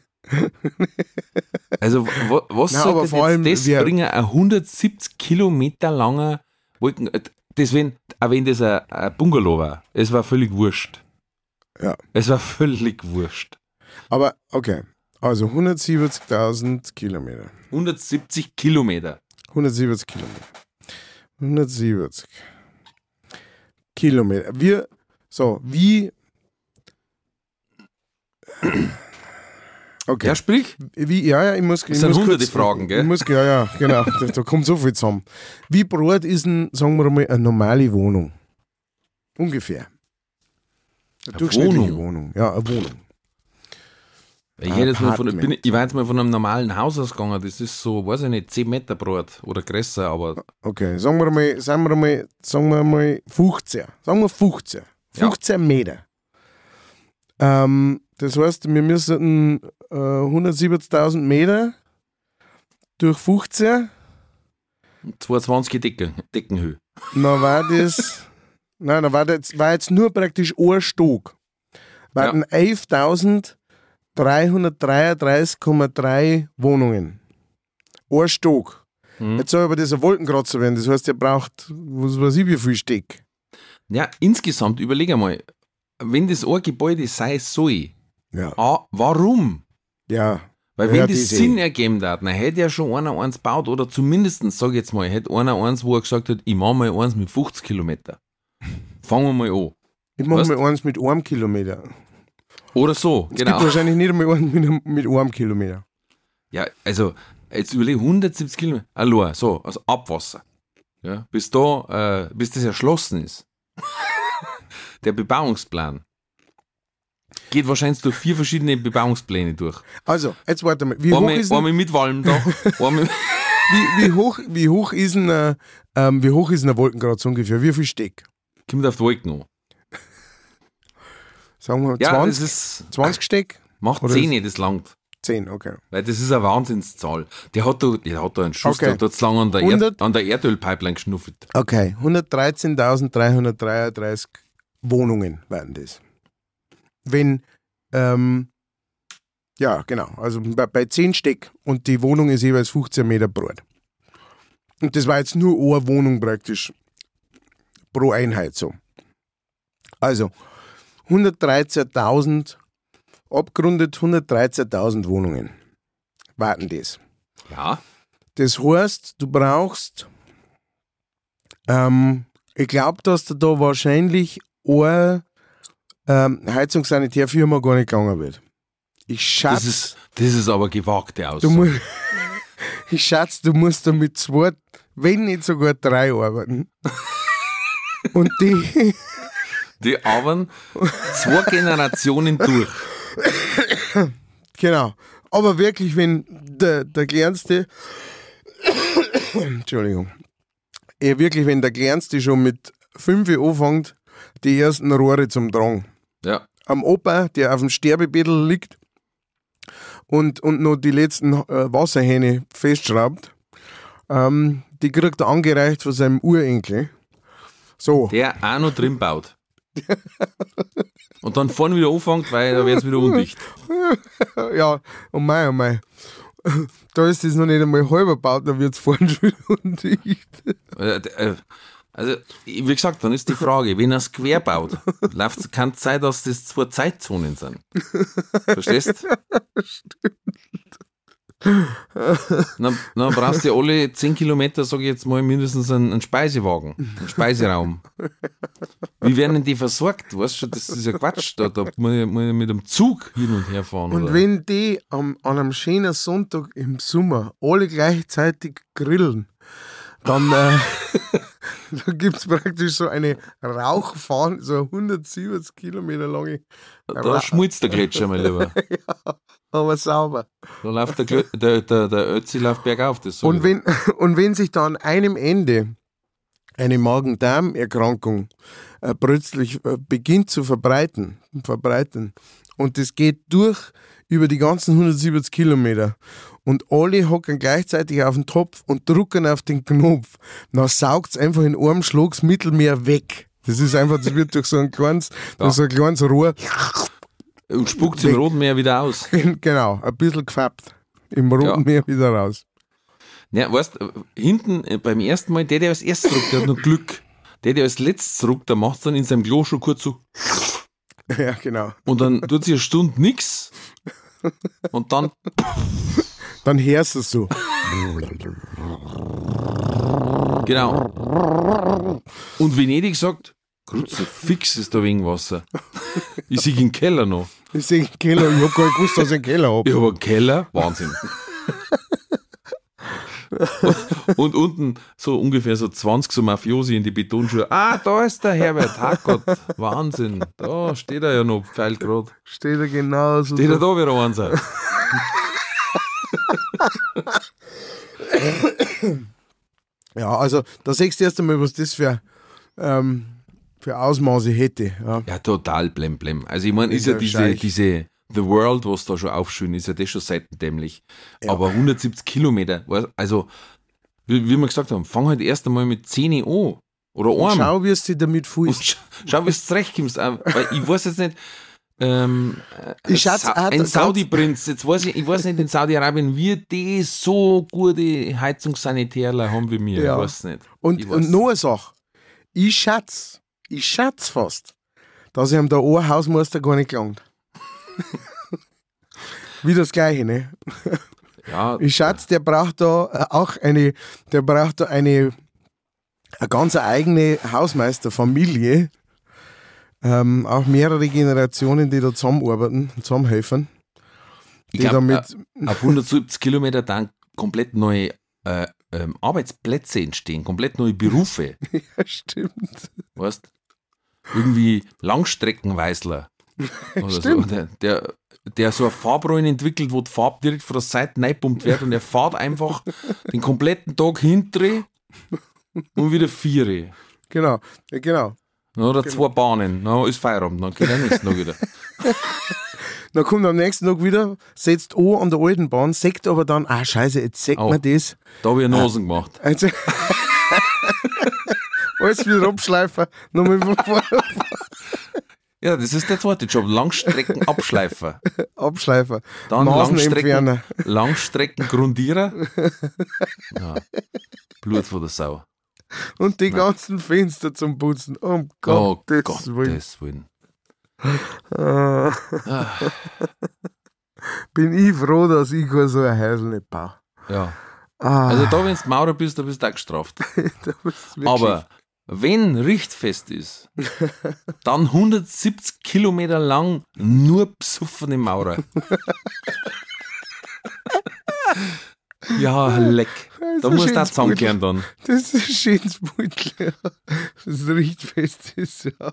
Also, was sollte jetzt das bringen? Ein 170 Kilometer langer Wolken. Deswegen, auch wenn das ein Bungalow war, es war völlig wurscht. Ja. Es war völlig wurscht. Aber, okay. Also 170.000 Kilometer. 170 Kilometer. 170 Kilometer. 170 Kilometer. Wie. Okay. Ja, sprich. Ich muss. Das sind hunderte Fragen, gell? Genau. Da kommt so viel zusammen. Wie breit ist denn, sagen wir mal, eine normale Wohnung? Ungefähr. Eine durchschnittliche Wohnung. Ja, eine Wohnung. Ich war jetzt mal von einem normalen Haus ausgegangen, das ist so, weiß ich nicht, 10 Meter breit oder größer, aber. Okay, sagen wir mal 15. Sagen wir 15. 15 Meter. Das heißt, wir müssen 170.000 Meter durch 15. 22 Deckenhöhe. Dann war das. Nein, war jetzt nur praktisch ein Stock. Waren 11.333,3 Wohnungen. Ein Stock. Jetzt soll aber das ein Wolkenkratzer werden. Das heißt, der braucht, was weiß ich, wie viel Stück. Ja, insgesamt, überleg einmal, wenn das ein Gebäude sein soll, warum? Ja. Weil wenn das Sinn ergeben hat, dann hätte ja schon einer eins gebaut oder zumindest, sag ich jetzt mal, hätte einer eins, wo er gesagt hat, ich mache mal eins mit 50 Kilometer. Fangen wir mal an. Ich mache mal eins mit 1 Kilometer. Oder so, es gibt wahrscheinlich nicht einmal eins mit 1 Kilometer. Ja, also, jetzt überlege 170 Kilometer, allein, so, also Abwasser. Ja, bis das erschlossen ist. Der Bebauungsplan geht wahrscheinlich durch 4 verschiedene Bebauungspläne durch. Also, jetzt warte mal. Wie hoch ist einmal mit Walmdach. wie hoch ist ein Wolkenkratzer ungefähr? Wie viel Stück? Kommt auf die Wolken an. Sagen wir 20, 20 Stück? Macht 10, das langt. 10, okay. Weil das ist eine Wahnsinnszahl. Der hat da einen Schuss, Okay. der hat zu lange an der Erdölpipeline geschnuffelt. Okay, 113.333 Wohnungen werden das. Wenn, ja, genau, also bei 10 Stück und die Wohnung ist jeweils 15 Meter breit. Und das war jetzt nur eine Wohnung praktisch pro Einheit so. Also 113.000, abgerundet 113.000 Wohnungen warten das. Ja. Das heißt, du brauchst, ich glaube, dass da wahrscheinlich eine Heizungssanitärfirma gar nicht gegangen wird. Ich schätze. Das ist aber gewagte Aussage. Du musst da mit 2, wenn nicht sogar 3 arbeiten. Und die arbeiten 2 Generationen durch. Genau. Aber wirklich, wenn der Kleinste, Entschuldigung, wirklich, wenn der Kleinste schon mit 5 anfängt, die ersten Rohre zum Tragen. Ja. Am Opa, der auf dem Sterbebettel liegt und noch die letzten Wasserhähne festschraubt, die kriegt er angereicht von seinem Urenkel. So. Der auch noch drin baut. Und dann vorne wieder anfängt, weil da wird es wieder undicht. Ja, oh mein. Da ist das noch nicht einmal halber gebaut, da wird es vorne schon wieder undicht. Also, wie gesagt, dann ist die Frage, wenn er es quer baut, kann es sein, dass das 2 Zeitzonen sind. Verstehst? Stimmt. Dann brauchst du alle 10 Kilometer, sage ich jetzt mal, mindestens einen Speisewagen, einen Speiseraum. Wie werden denn die versorgt? Weißt du, das ist ja Quatsch. Da muss ich mit dem Zug hin und her fahren. Und oder? wenn die an einem schönen Sonntag im Sommer alle gleichzeitig grillen, dann da gibt es praktisch so eine Rauchfahne, so eine 170 Kilometer lange. Da schmilzt der Gletscher, mein Lieber. Ja, aber sauber. Da läuft der Ötzi läuft bergauf. Das und wenn sich da an einem Ende eine Magen-Darm-Erkrankung plötzlich beginnt zu verbreiten, und das geht über die ganzen 170 Kilometer und alle hocken gleichzeitig auf den Topf und drücken auf den Knopf, dann saugt es einfach in einem Schlag das Mittelmeer weg. Das ist einfach, das wird durch so ein kleines Rohr und spuckt es im Roten Meer wieder aus. Genau, ein bisschen gefappt. Im Roten Meer wieder raus. Ja, weißt du, hinten beim ersten Mal, der als erstes druckt, der hat noch Glück. Der als letztes druckt, der macht es dann in seinem Klo schon kurz so. Ja, genau. Und dann tut sich eine Stunde nichts. Und dann. Dann hörst du es so. Genau. Und Venedig sagt, fix ist da wegen Wasser. Ich sehe den Keller noch. Ich sehe den Keller, ich habe gar nicht gewusst, dass ich einen Keller habe. Ich habe einen Keller, Wahnsinn. Und unten so ungefähr so 20 so Mafiosi in die Betonschuhe. Ah, da ist der Herbert, Herrgott, Wahnsinn. Da steht er ja noch, pfeilt gerade. Steht er genauso. Steht er da wieder Wahnsinn. Ja, also da siehst du erst einmal, was das für Ausmaße hätte. Ja, total blem. Also ich meine, ist ja diese The World, was da schon aufschön ist, ja das schon seitendämlich. Ja. Aber 170 Kilometer, also wie wir gesagt haben, fang halt erst einmal mit 10 an. Oder und schau, wie es dir damit fühlst. Schau, wie du zurechtkommst. Weil ich weiß jetzt nicht, ein Saudi-Prinz, ich weiß nicht in Saudi-Arabien, wie die so gute Heizungssanitärler haben wie mir. Ja. Ich weiß nicht. Und noch eine Sache, ich schätze fast, dass ich ihm da ein Hausmeister gar nicht gelangt. Wie das Gleiche, ne? Ja. Ich schätze, der braucht da auch eine ganz eigene Hausmeisterfamilie. Auch mehrere Generationen, die da zusammenarbeiten und zusammenhelfen. Ich glaube, auf 170 Kilometer dann komplett neue Arbeitsplätze entstehen, komplett neue Berufe. Ja, stimmt. Weißt irgendwie Langstreckenweisler. Oder Stimmt. So. Der so eine Farbrollen entwickelt, wo die Farbe direkt von der Seite reingepumpt wird und er fährt einfach den kompletten Tag hinter und wieder 4. Genau. Oder 2 Bahnen, dann ist Feierabend, dann geht er nichts noch wieder. Dann kommt am nächsten Tag wieder, setzt an der alten Bahn, sagt aber dann, scheiße, jetzt sagt man das. Da habe ich Nasen gemacht. Also, alles wieder abschleifen, nochmal von vorne. Ja, das ist der zweite Job. Langstreckenabschleifer. Abschleifer. Dann Nasenentferner. Langstreckengrundierer. Ja. Blut von der Sau. Und die ganzen Fenster zum Putzen. Um Gottes Willen. Bin ich froh, dass ich gar so ein Häusl nicht baue. Ja. Also da, wenn du Maurer bist, da bist du auch gestraft. Aber wenn richtfest ist, dann 170 Kilometer lang nur besoffene Maurer. Ja, leck. Da musst du auch zusammenkehren dann. Das ist ein schönes Beutel, ja. Das richtfest ist, ja.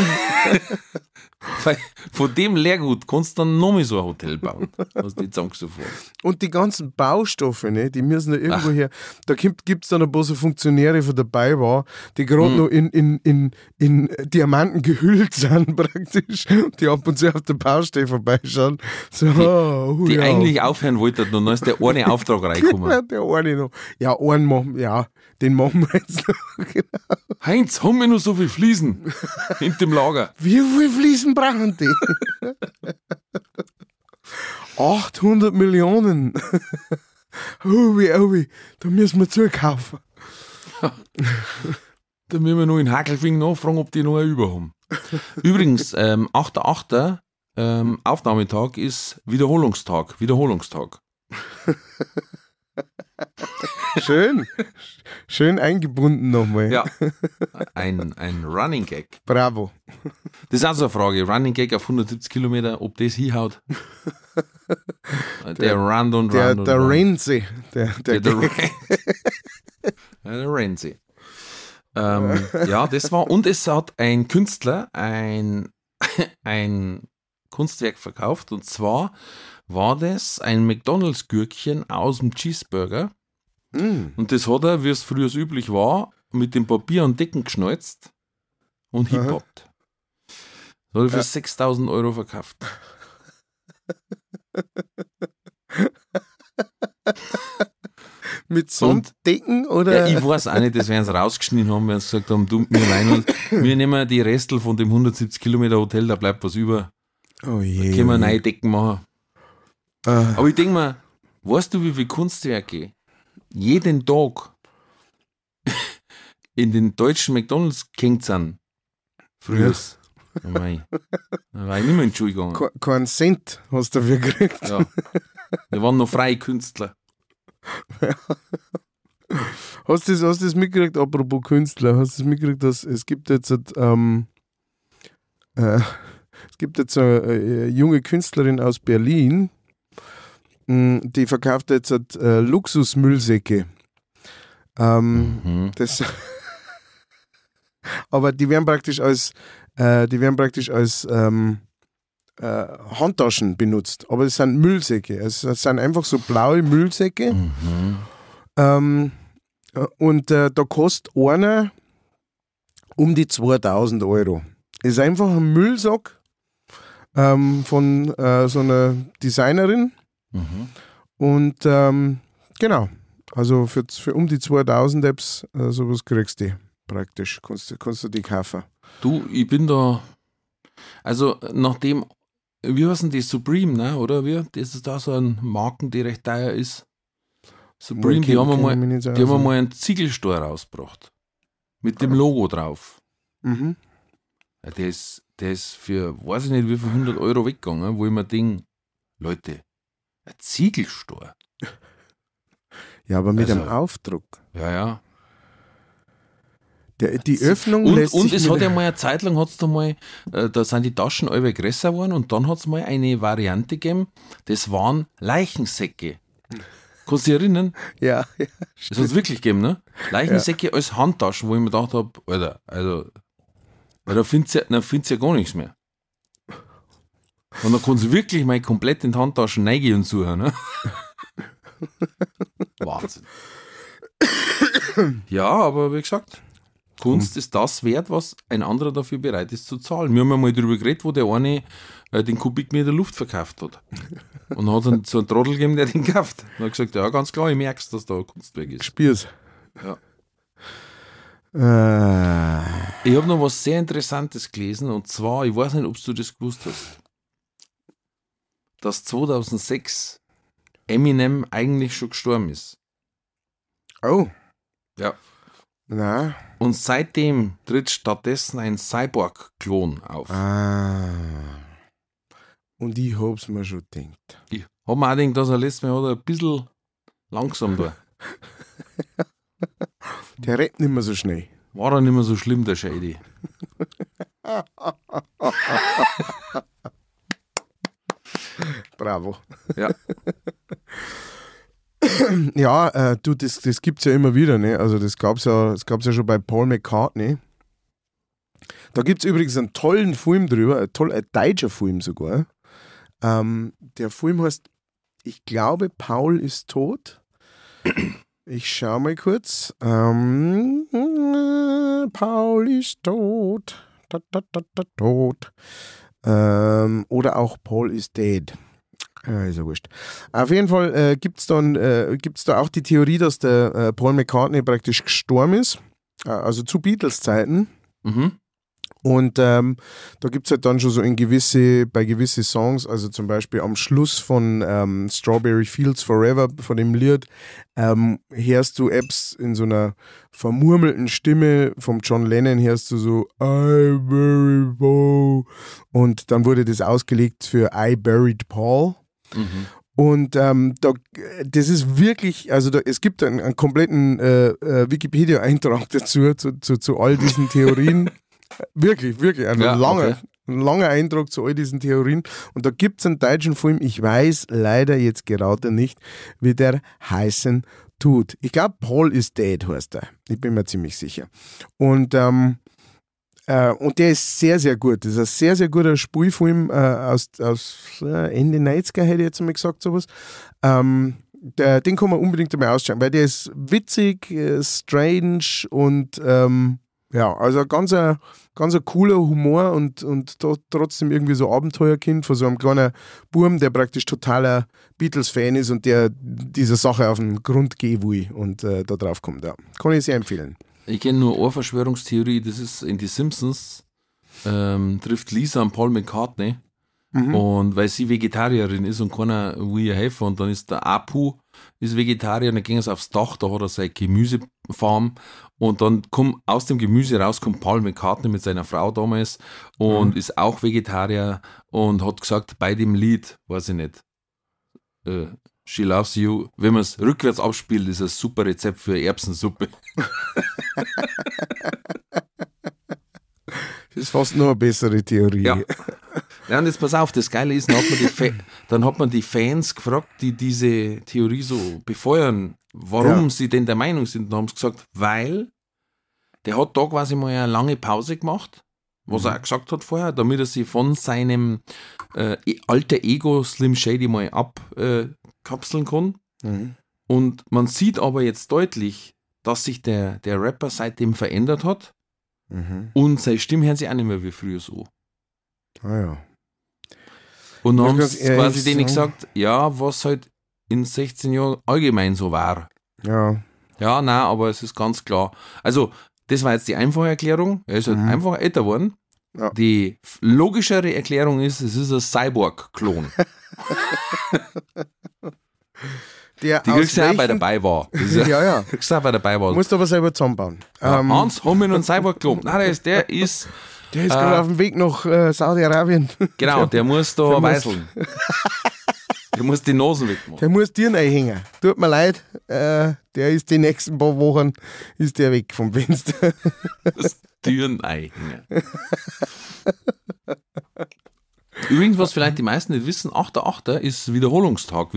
Von dem Lehrgut kannst du dann noch mal so ein Hotel bauen. Hast du die zusammengesucht. Und die ganzen Baustoffe, ne, die müssen da irgendwo her. Da gibt es dann ein paar so Funktionäre von dabei war, die gerade noch in Diamanten gehüllt sind praktisch, die ab und zu auf der Baustelle vorbeischauen. So, die eigentlich aufhören wollten, dann ist der eine Auftrag reingekommen. Ja, der eine noch. Ja, einen machen, ja, den machen wir jetzt noch. Genau. Heinz, haben wir noch so viel Fliesen in dem Lager? Wie viel Fliesen brauchen die? 800 Millionen. Da müssen wir zukaufen. Da müssen wir noch in Hakelfing nachfragen, ob die noch eine über haben. Übrigens, 8.8. Aufnahmetag ist Wiederholungstag. Schön eingebunden nochmal. Ja, ein Running Gag. Bravo. Das ist auch so eine Frage. Running Gag auf 170 Kilometer, ob das hinhaut. Der Renzi. Der Renzi. Ja, das war, und es hat ein Künstler ein Kunstwerk verkauft, und zwar war das ein McDonalds-Gürkchen aus dem Cheeseburger. Und das hat er, wie es früher üblich war, mit dem Papier an Decken geschnalzt und hingepappt. Das hat er für 6.000 Euro verkauft. Mit Samtdecken oder? Ja, ich weiß auch nicht, das werden sie rausgeschnitten haben, wenn sie gesagt haben, du, wir nehmen die Restel von dem 170 Kilometer Hotel, da bleibt was über. Oh je. Da können wir neue Decken machen. Aber ich denke mir, weißt du, wie viele Kunstwerke jeden Tag in den deutschen McDonalds gehängt sind? Früher. Ja. Da war ich nicht mehr in die Schule gegangen. Kein Cent hast du dafür gekriegt. Ja. Wir waren noch freie Künstler. Ja. Hast du das mitgekriegt, apropos Künstler, hast du das mitgekriegt, dass es gibt jetzt eine junge Künstlerin aus Berlin, die verkauft jetzt Luxusmüllsäcke. Das aber die werden praktisch als Handtaschen benutzt, aber es sind Müllsäcke. Es sind einfach so blaue Müllsäcke. Und da kostet einer um die 2.000 Euro. Ist einfach ein Müllsack von so einer Designerin. Und genau, also für um die 2.000 Apps sowas kriegst du praktisch. Kannst du die kaufen. Du, ich bin da, also nachdem, wie heißt denn die, Supreme, ne? Oder wie? Das ist da so ein Marken, die recht teuer ist. Supreme, die haben einmal einen Ziegelstein rausgebracht. Mit dem Logo drauf. Ja, der ist für, weiß ich nicht, wie viel 100 Euro weggegangen, wo ich mir denke, Leute, ein Ziegelstein. Ja, aber mit einem Aufdruck. Ja. Die Öffnung lässt sich. Und es hat ja mal eine Zeit lang, da sind die Taschen alle größer geworden, und dann hat es mal eine Variante gegeben, das waren Leichensäcke. Kannst du dich erinnern? Ja. Das hat es wirklich gegeben, ne? Leichensäcke als Handtaschen, wo ich mir gedacht habe, Alter, also, weil da findest du ja gar nichts mehr. Und dann kannst du wirklich mal komplett in die Handtaschen reingehen und suchen, ne? Wahnsinn. Ja, aber wie gesagt, Kunst ist das wert, was ein anderer dafür bereit ist zu zahlen. Wir haben ja mal darüber geredet, wo der eine den Kubikmeter Luft verkauft hat. Und hat dann so einen Trottel gegeben, der den kauft. Und hat gesagt, ja, ganz klar, ich merke es, dass da ein Kunstwerk ist. Spür's. Ja. Ich habe noch was sehr Interessantes gelesen, und zwar, ich weiß nicht, ob du das gewusst hast, dass 2006 Eminem eigentlich schon gestorben ist. Oh. Ja. Na. Und seitdem tritt stattdessen ein Cyborg-Klon auf. Und ich hab's mir schon gedacht. Ich hab mir auch gedacht, dass er letztes Mal ein bisschen langsam da. Der rennt nicht mehr so schnell. War er nicht mehr so schlimm, der Shady. Bravo. Ja. Ja, du, das gibt's ja immer wieder, ne? Also das gab's ja schon bei Paul McCartney. Da gibt's übrigens einen tollen Film drüber, ein deutscher Film sogar. Der Film heißt, ich glaube, Paul ist tot. Ich schau mal kurz. Paul ist tot. Tot. Oder auch Paul is dead. Ist ja wurscht. Auf jeden Fall gibt's da auch die Theorie, dass der Paul McCartney praktisch gestorben ist. Also zu Beatles-Zeiten. Mhm. Und da gibt es halt dann schon so bei gewissen Songs, also zum Beispiel am Schluss von Strawberry Fields Forever, von dem Lied, hörst du Apps in so einer vermurmelten Stimme vom John Lennon, hörst du so I buried Paul. Und dann wurde das ausgelegt für I buried Paul. Mhm. Und das ist wirklich, also es gibt einen kompletten Wikipedia-Eintrag dazu, zu all diesen Theorien. Wirklich, ein langer Eindruck zu all diesen Theorien. Und da gibt es einen deutschen Film, ich weiß leider jetzt gerade nicht, wie der heißen tut. Ich glaube, Paul is Dead heißt er. Ich bin mir ziemlich sicher. Und der ist sehr, sehr gut. Das ist ein sehr, sehr guter Spielfilm aus Ende 90er, hätte ich jetzt mal gesagt, sowas. Den kann man unbedingt einmal ausschauen, weil der ist witzig, strange und also ganz ein cooler Humor und trotzdem irgendwie so Abenteuerkind von so einem kleinen Burm, der praktisch totaler Beatles-Fan ist und der dieser Sache auf den Grund gehen will und da drauf kommt. Ja. Kann ich sehr empfehlen. Ich kenne nur eine Verschwörungstheorie, das ist in die Simpsons, trifft Lisa an Paul McCartney. Und weil sie Vegetarierin ist und keiner will ihr helfen, und dann ist der Apu ist Vegetarier und dann ging es aufs Dach, da hat er seine Gemüsefarm und dann aus dem Gemüse raus kommt Paul McCartney mit seiner Frau damals und ist auch Vegetarier und hat gesagt, bei dem Lied, weiß ich nicht, She Loves You, wenn man es rückwärts abspielt, ist ein super Rezept für Erbsensuppe. Das ist fast noch eine bessere Theorie. Ja. Ja, und jetzt pass auf, das Geile ist, dann hat man die Fans gefragt, die diese Theorie so befeuern, warum sie denn der Meinung sind. Dann haben sie gesagt, weil der hat da quasi mal eine lange Pause gemacht, was er auch gesagt hat vorher, damit er sich von seinem alter Ego Slim Shady mal abkapseln kann. Mhm. Und man sieht aber jetzt deutlich, dass sich der Rapper seitdem verändert hat und seine Stimme hören sich auch nicht mehr wie früher so. Ah ja. Und dann haben sie quasi denen gesagt, ja, was halt in 16 Jahren allgemein so war. Ja. Ja, nein, aber es ist ganz klar. Also, das war jetzt die einfache Erklärung. Er ist halt einfach älter geworden. Ja. Die logischere Erklärung ist, es ist ein Cyborg-Klon. Die kriegst du ja auch bei dabei war. Ja. Kriegst du auch bei dabei war. Musst aber selber zusammenbauen. Hans, haben wir noch einen Cyborg-Klon. Nein, der ist gerade auf dem Weg nach Saudi-Arabien. Genau, der muss da weißeln. Der muss die Nasen wegmachen. Der muss Tieren einhängen. Tut mir leid, der ist die nächsten paar Wochen ist der weg vom Fenster. Das Tieren einhängen. Übrigens, was vielleicht die meisten nicht wissen, 8.8. ist Wiederholungstag.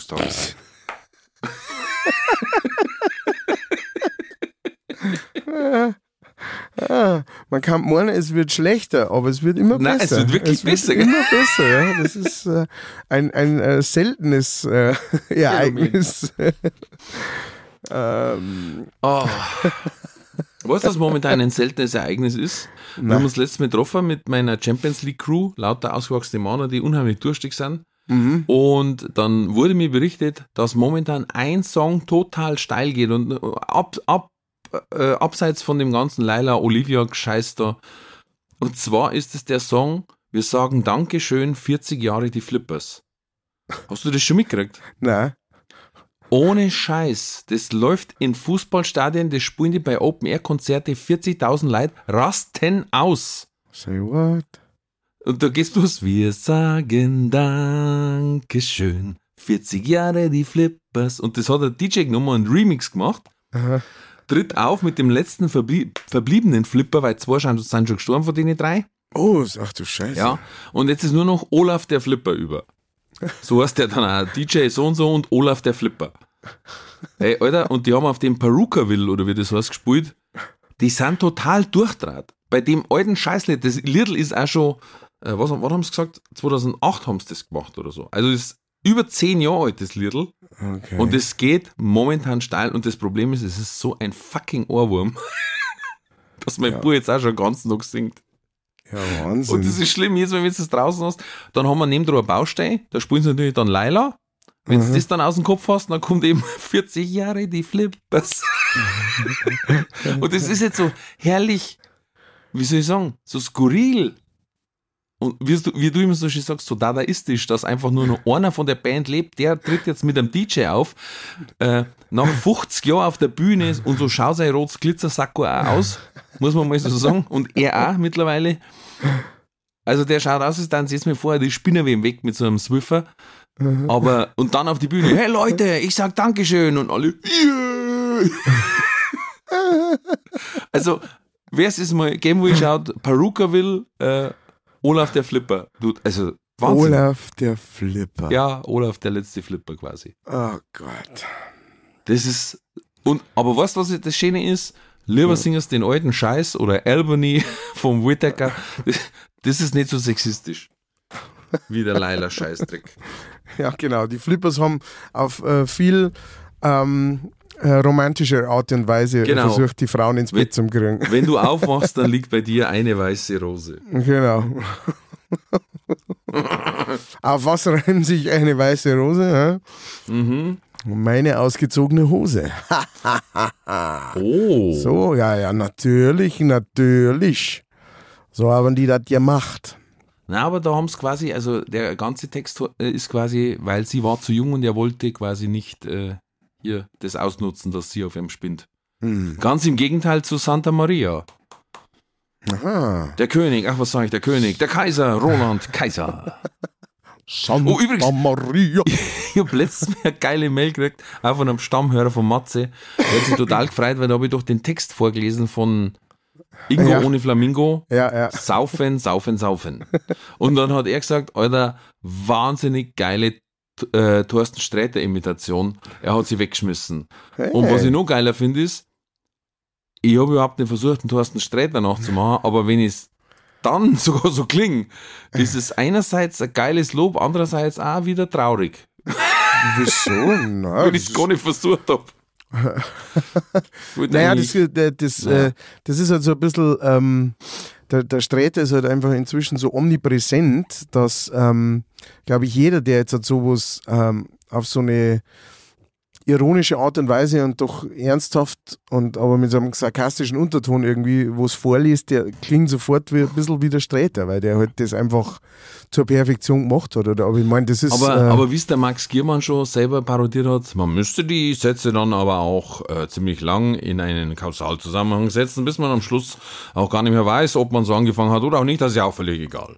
Man kann meinen, es wird schlechter, aber es wird immer besser. Nein, es wird wirklich besser. Immer besser, ja. Das ist ein seltenes Ereignis. Weißt du, was momentan ein seltenes Ereignis ist? Wir haben uns letztes Mal getroffen mit meiner Champions League Crew, lauter ausgewachsene Männer, die unheimlich durstig sind. Und dann wurde mir berichtet, dass momentan ein Song total steil geht und abseits von dem ganzen Laila Olivia Gescheiß da. Und zwar ist es der Song, wir sagen Dankeschön, 40 Jahre die Flippers. Hast du das schon mitgekriegt? Nein. Ohne Scheiß, das läuft in Fußballstadien, das spielen die bei Open-Air-Konzerte, 40.000 Leute rasten aus. Say what? Und da gehst du los, wir sagen Dankeschön, 40 Jahre die Flippers. Und das hat der DJ genommen und einen Remix gemacht. Aha. Tritt auf mit dem letzten verbliebenen Flipper, weil 2 sind schon gestorben von denen 3. Oh, ach du Scheiße. Ja, und jetzt ist nur noch Olaf der Flipper über. So heißt der dann auch, DJ so und Olaf der Flipper. Ey, Alter, und die haben auf dem Perukaville, oder wie das heißt, gespielt, die sind total durchdraht. Bei dem alten Scheißlied, das Liedl ist auch schon, was haben sie gesagt? 2008 haben sie das gemacht oder so. Also das ist über 10 Jahre alt, das Liedl. Okay. Und es geht momentan steil und das Problem ist, es ist so ein fucking Ohrwurm, dass mein Bub jetzt auch schon den ganzen Tag singt. Ja, Wahnsinn. Und das ist schlimm, jedes Mal, wenn du das draußen hast, dann haben wir neben dran eine Baustelle, da spielen sie natürlich dann Laila. Wenn du das dann aus dem Kopf hast, dann kommt eben 40 Jahre die Flippers. Und das ist jetzt so herrlich, wie soll ich sagen, so skurril. Und wie du immer so schön sagst, so dadaistisch, dass einfach nur noch einer von der Band lebt, der tritt jetzt mit einem DJ auf, nach 50 Jahren auf der Bühne und so schaut sein rotes Glitzersacko auch aus, muss man mal so sagen, und er auch mittlerweile. Also der schaut aus, als dann jetzt mir vorher die Spinnerweben weg mit so einem Swiffer, aber, und dann auf die Bühne, hey Leute, ich sag Dankeschön, und alle, yeah. Also, wer es ist mal Game Boy schaut, Perukaville, Olaf der Flipper. Also, Wahnsinn. Olaf der Flipper. Ja, Olaf der letzte Flipper quasi. Oh Gott. Das ist, aber weißt du, was das Schöne ist? Lieber singst den alten Scheiß oder Albany vom Whittaker. Das ist nicht so sexistisch wie der Laila Scheißdreck. Ja, genau. Die Flippers haben auf viel romantische Art und Weise versucht, die Frauen ins Bett zu kriegen. Wenn du aufwachst, dann liegt bei dir eine weiße Rose. Genau. Auf was reimt sich eine weiße Rose? Meine ausgezogene Hose. Oh. So, ja, natürlich. So haben die das gemacht. Na, aber da haben es quasi, also der ganze Text ist quasi, weil sie war zu jung und er wollte quasi nicht hier das ausnutzen, dass sie auf ihm spinnt. Ganz im Gegenteil zu Santa Maria. Aha. Der König, ach was sage ich, der König, der Kaiser, Roland Kaiser. Santa Maria. Ich habe letztens Mal eine geile Mail gekriegt, auch von einem Stammhörer von Matze. Der hat sich total gefreut, weil da habe ich doch den Text vorgelesen von Ingo ohne Flamingo. Ja. Saufen. Und dann hat er gesagt, Alter, wahnsinnig geile Thorsten Sträter-Imitation. Er hat sie weggeschmissen. Hey. Und was ich noch geiler finde ist, ich habe überhaupt nicht versucht, einen Thorsten Sträter nachzumachen, aber wenn es dann sogar so klingt, ist es einerseits ein geiles Lob, andererseits auch wieder traurig. Wieso? Weil ich es gar nicht versucht habe. Naja, das ist halt so ein bisschen, der Sträter ist halt einfach inzwischen so omnipräsent, dass, glaube ich, jeder, der jetzt halt sowas auf so eine ironische Art und Weise und doch ernsthaft und aber mit so einem sarkastischen Unterton irgendwie, wo es vorliest, der klingt sofort ein bisschen wie der Sträter, weil der halt das einfach zur Perfektion gemacht hat. Oder? Aber ich meine, das ist... Aber wie es der Max Giermann schon selber parodiert hat, man müsste die Sätze dann aber auch ziemlich lang in einen Kausalzusammenhang setzen, bis man am Schluss auch gar nicht mehr weiß, ob man so angefangen hat oder auch nicht, das ist ja auch völlig egal.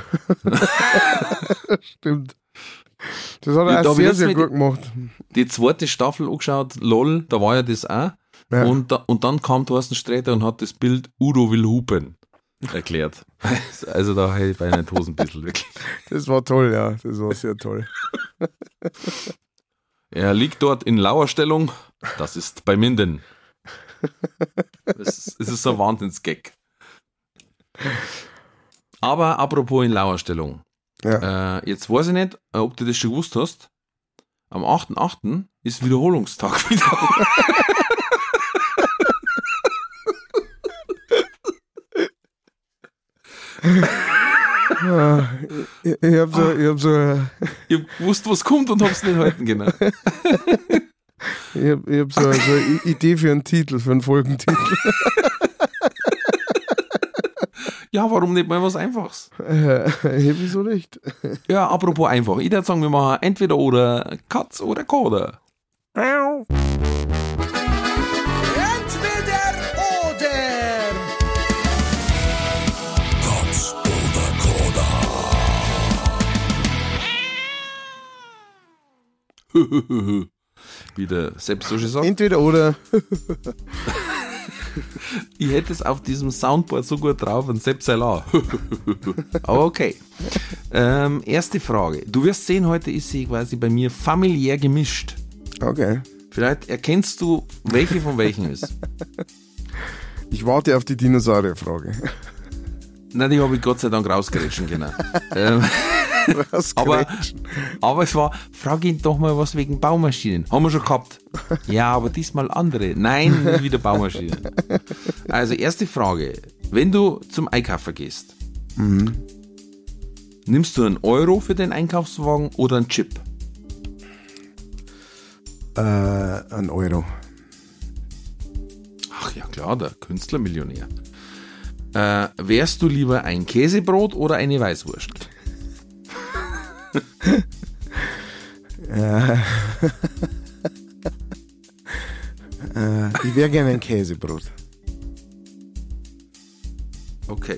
Stimmt. Das hat er auch sehr, sehr gut gemacht. Die zweite Staffel angeschaut, LOL, da war ja das auch. Ja. Und dann kam Thorsten Sträter und hat das Bild Udo will hupen erklärt. Also da hätte ich bei einer Hosen ein bisschen wirklich. Das war toll, ja. Das war sehr toll. Er liegt dort in Lauerstellung. Das ist bei Minden. Es ist so ein Wahnsinnsgag. Aber apropos in Lauerstellung. Ja. Jetzt weiß ich nicht, ob du das schon gewusst hast. Am 8.8. ist Wiederholungstag wieder. Ich hab so Ich hab gewusst, was kommt und hab's nicht halten können. Ich hab so eine Idee für einen Titel, für einen Folgentitel. Ja, warum nicht mal was Einfaches? Wieso nicht? Ja, apropos einfach. Ich würde sagen, wir machen entweder oder Katz oder Koda. Entweder oder. Katz oder Koda. Wie der selbst so schön sagt. Entweder oder. Ich hätte es auf diesem Soundboard so gut drauf und selbst Aber okay. Erste Frage. Du wirst sehen, heute ist sie quasi bei mir familiär gemischt. Okay. Vielleicht erkennst du, welche von welchen ist. Ich warte auf die Dinosaurierfrage. Nein, die habe ich Gott sei Dank rausgerätschen können. Aber es war, frage ihn doch mal was wegen Baumaschinen. Haben wir schon gehabt. Ja, aber diesmal andere. Nein, nie wieder Baumaschinen. Also erste Frage. Wenn du zum Einkaufen gehst, nimmst du einen Euro für den Einkaufswagen oder einen Chip? Ein Euro. Ach ja klar, der Künstlermillionär. Wärst du lieber ein Käsebrot oder eine Weißwurst? Ich wäre gerne ein Käsebrot. Okay.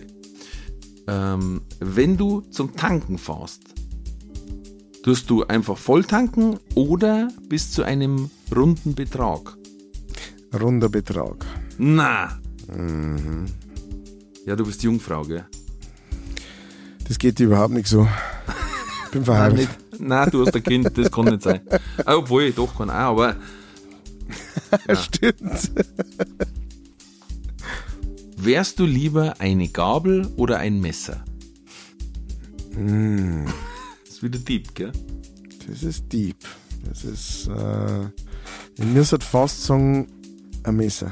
Wenn du zum Tanken fährst, tust du einfach voll tanken oder bis zu einem runden Betrag? Runder Betrag. Na. Ja, du bist Jungfrau, gell? Das geht überhaupt nicht so. Ich bin verheiratet. Nein, du hast ein Kind, das kann nicht sein. Obwohl, doch kann auch, aber... Ja. Stimmt. Wärst du lieber eine Gabel oder ein Messer? Das ist wieder deep, gell? Das ist deep. Das ist... ich muss halt fast sagen, ein Messer.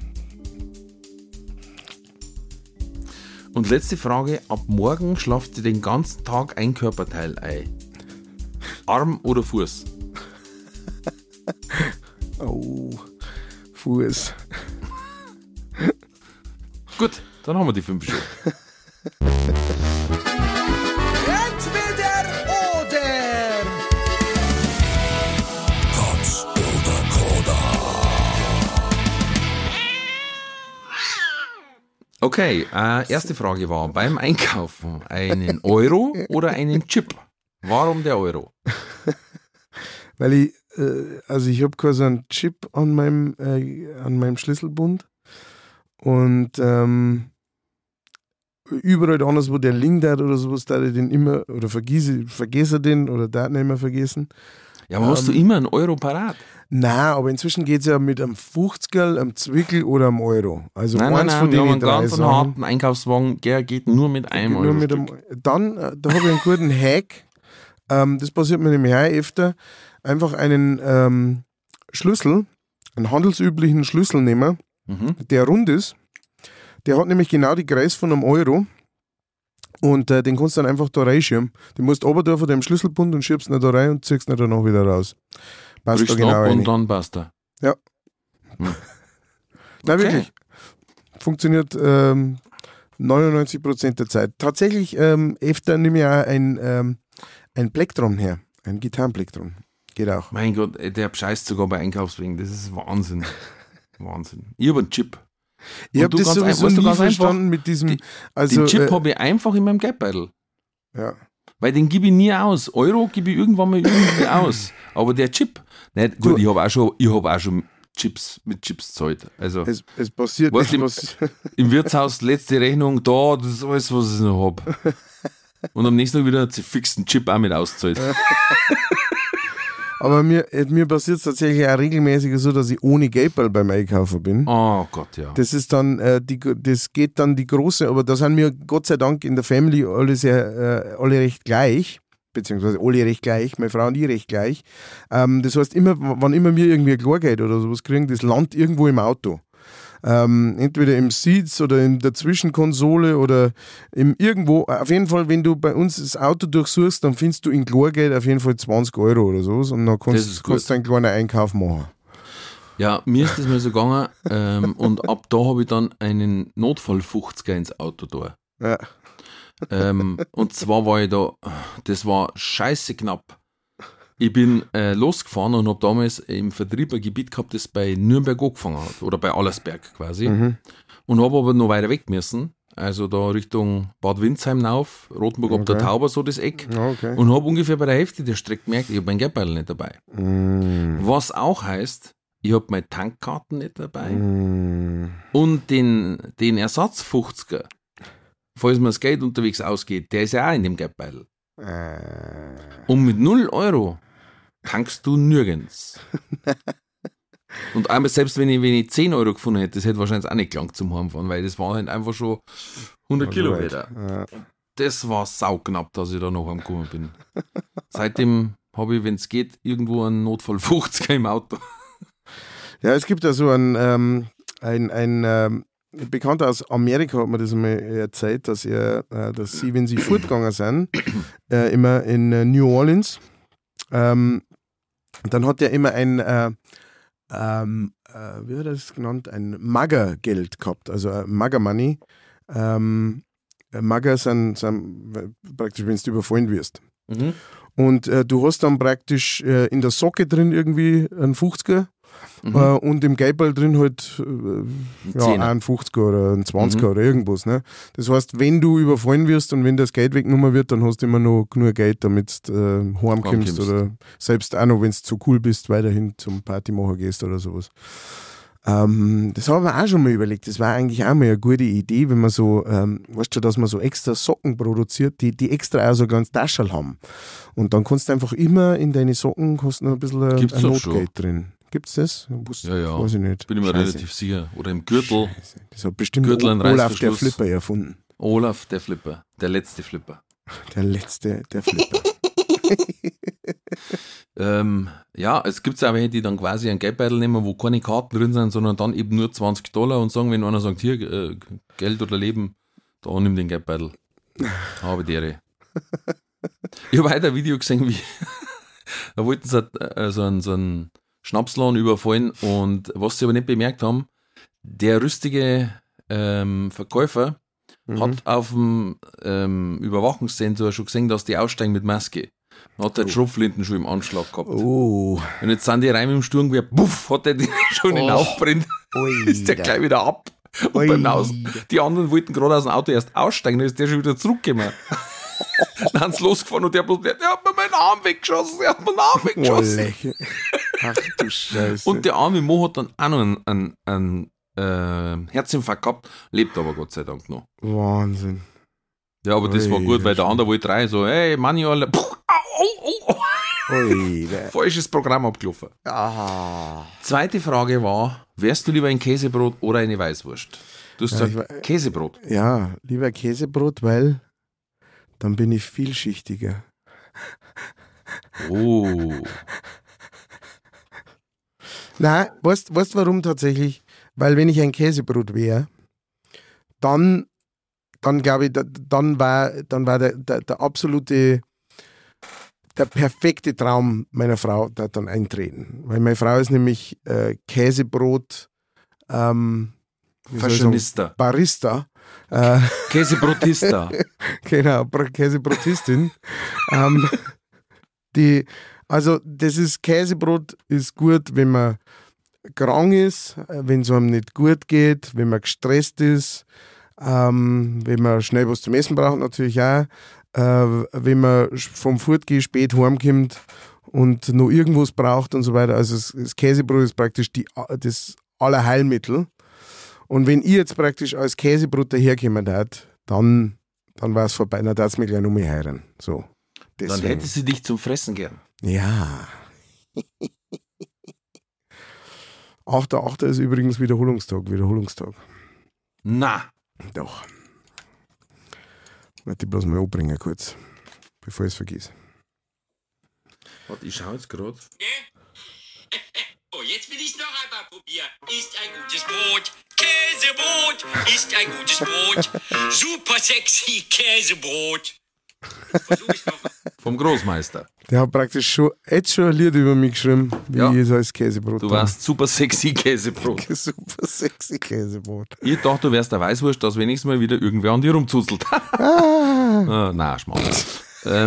Und letzte Frage, ab morgen schlaft ihr den ganzen Tag ein Körperteil ein. Arm oder Fuß? Oh, Fuß. Gut, dann haben wir die 5 schon. Entweder oder. Katz oder Koda. Okay, erste Frage war, beim Einkaufen einen Euro oder einen Chip? Warum der Euro? Weil ich habe quasi einen Chip an meinem Schlüsselbund und überall anders, wo der liegt oder sowas, da ich den immer, oder vergesse den oder da nicht mehr vergessen. Ja, aber hast du immer einen Euro parat? Nein, aber inzwischen geht es ja mit einem 50er, einem Zwickel oder einem Euro. Also Nein, eins von wir haben denen einen drei ganz Sachen. harten Einkaufswagen, der geht nur mit einem Nur Euro. mit einem, dann, da habe ich einen guten Hack. Das passiert mir nämlich auch öfter. Einfach einen Schlüssel, einen handelsüblichen Schlüssel nehmen, der rund ist. Der hat nämlich genau die Größe von einem Euro. Und den kannst du dann einfach da reinschieben. Den musst du runter von dem Schlüsselbund und schiebst ihn da rein und ziehst ihn danach wieder raus. Passt da Brichst genau ab rein. und dann passt er. Ja. Hm. Nein, Okay. wirklich. Funktioniert 99% der Zeit. Tatsächlich öfter nehme ich auch ein Plektron her. Ein Gitarrenplektron. Geht auch. Mein Gott, der bescheißt sogar bei Einkaufswegen. Das ist Wahnsinn. Wahnsinn. Ich habe einen Chip. Ich habe Und du das ganz sowieso ein- weißt du, nie ganz einfach, verstanden mit diesem... Also, Den Chip habe ich einfach in meinem Geldbeutel. ja. Weil den gebe ich nie aus. Euro gebe ich irgendwann mal irgendwie aus. Aber der Chip, nicht, gut, ich habe auch schon Chips mit Chips gezahlt. Also Es passiert Weißt nicht, du, im Wirtshaus letzte Rechnung, da, das ist alles, was ich noch habe. Und am nächsten Tag wieder einen fixen Chip auch mit ausgezahlt. aber mir passiert es tatsächlich auch regelmäßig so, dass ich ohne Geldball beim Einkaufen bin. Oh Gott, ja. Das ist dann, das geht dann die große, aber da sind wir Gott sei Dank in der Family alle recht gleich, beziehungsweise alle recht gleich, meine Frau und ich recht gleich. Das heißt, wann immer wir irgendwie ein Klargeld oder sowas kriegen, das landet irgendwo im Auto. Entweder im Sitz oder in der Zwischenkonsole oder irgendwo. Auf jeden Fall, wenn du bei uns das Auto durchsuchst, dann findest du in Klargeld auf jeden Fall 20 Euro oder so und dann kannst du einen kleinen Einkauf machen. Ja, mir ist das mal so gegangen und ab da habe ich dann einen Notfall 50er ins Auto da. Ja. Und zwar war ich da, das war scheiße knapp. Ich bin losgefahren und habe damals im Vertrieb ein Gebiet gehabt, das bei Nürnberg angefangen hat, oder bei Allersberg quasi. Und habe aber noch weiter weg müssen, also da Richtung Bad Windsheim rauf, Rothenburg ab der Tauber, so das Eck. Okay. Und habe ungefähr bei der Hälfte der Strecke gemerkt, ich habe mein Geldbeutel nicht dabei. Was auch heißt, ich habe meine Tankkarten nicht dabei und den Ersatz 50er, falls mir das Geld unterwegs ausgeht, der ist ja auch in dem Geldbeutel. Und mit 0 Euro tankst du nirgends. Und einmal, selbst wenn ich 10 Euro gefunden hätte, das hätte wahrscheinlich auch nicht gelangt zum Heimfahren, weil das waren halt einfach schon 100 Kilometer. Ja. Das war sauknapp, dass ich da noch heimgekommen bin. Seitdem habe ich, wenn es geht, irgendwo einen Notfall 50er im Auto. Ja, es gibt ja so ein Bekannter aus Amerika hat mir das einmal erzählt, dass sie, wenn sie fortgegangen sind, immer in New Orleans, dann hat er immer ein, wie hat er das genannt, ein Maga-Geld gehabt, also Maga-Money. Maga sind praktisch, wenn du überfallen wirst. Und du hast dann praktisch in der Socke drin irgendwie einen 50er. Und im Geldbeutel drin halt einen 50er oder einen 20er oder irgendwas. Ne? Das heißt, wenn du überfallen wirst und wenn das Geld weggenommen wird, dann hast du immer noch genug Geld, damit du heimkommst oder selbst auch noch, wenn du zu cool bist, weiterhin zum Partymacher gehst oder sowas. Das haben wir auch schon mal überlegt. Das war eigentlich auch mal eine gute Idee, wenn man so, weißt du, dass man so extra Socken produziert, die extra auch so ganz Taschel haben. Und dann kannst du einfach immer in deine Socken noch ein bisschen ein Notgeld drin. Gibt's das? Ja. Weiß ich nicht. Bin ich mir relativ sicher. Oder im Gürtel. Scheiße. Das hat bestimmt Gürtel Olaf der Flipper erfunden. Olaf der Flipper. Der letzte Flipper. Der Flipper. Ja, es gibt auch welche, die dann quasi einen Geldbeutel nehmen, wo keine Karten drin sind, sondern dann eben nur $20 und sagen, wenn einer sagt, hier, Geld oder Leben, da nimm den Geldbeutel. Habe die Ehre. Ich habe heute ein Video gesehen, wie da wollten sie so einen Schnapsladen überfallen und was sie aber nicht bemerkt haben, der rüstige Verkäufer hat auf dem Überwachungssensor schon gesehen, dass die aussteigen mit Maske. Dann hat der Schrotflinten schon im Anschlag gehabt. Und jetzt sind die rein mit dem Sturmgewehr, puff, hat der den schon in aufbrennt. Ist der gleich wieder ab. Und beim Außen, die anderen wollten gerade aus dem Auto erst aussteigen, dann ist der schon wieder zurückgekommen. Dann haben sie losgefahren und der bloß, der hat mir meinen Arm weggeschossen, Ach du Scheiße. Und der arme Mo hat dann auch noch einen Herzinfarkt gehabt, lebt aber Gott sei Dank noch. Wahnsinn. Ja, aber das war gut, weil der andere wollte rein, so, hey, Manuel, falsches Programm abgelaufen. Zweite Frage war, wärst du lieber ein Käsebrot oder eine Weißwurst? Du hast gesagt, Käsebrot. Ja, lieber Käsebrot, weil dann bin ich vielschichtiger. Oh. Nein, weißt du warum tatsächlich? Weil wenn ich ein Käsebrot wäre, dann glaube ich, dann war der absolute, der perfekte Traum meiner Frau da dann eintreten. Weil meine Frau ist nämlich Käsebrot Fashionista. Barista. Käsebrotista. Genau, Käsebrotistin. Also Käsebrot ist gut, wenn man krank ist, wenn es einem nicht gut geht, wenn man gestresst ist, wenn man schnell was zum Essen braucht natürlich auch, wenn man vom Fortgehen spät heimkommt und noch irgendwas braucht und so weiter. Also das Käsebrot ist praktisch das Allerheilmittel. Und wenn ich jetzt praktisch als Käsebrot daherkommen darf, dann war es vorbei, dann darf es mich gleich noch mal heiraten. So, dann hätte sie dich zum Fressen gern. Ja. 8.8. ist übrigens Wiederholungstag. Na. Doch. Ich werde die bloß mal anbringen kurz, bevor ich es vergesse. Warte, ich schau jetzt gerade. Oh, jetzt will ich noch einmal probieren. Ist ein gutes Brot. Käsebrot ist ein gutes Brot. Super sexy Käsebrot. Versuch ich noch. Vom Großmeister. Der hat praktisch jetzt schon ein Lied über mich geschrieben, wie Ja. ich so als Käsebrot Du habe. warst super sexy Käsebrot. Super sexy Käsebrot. Ich dachte, du wärst der Weißwurst, dass wenigstens mal wieder irgendwer an dir rumzuzelt. Nein, Schmarrn.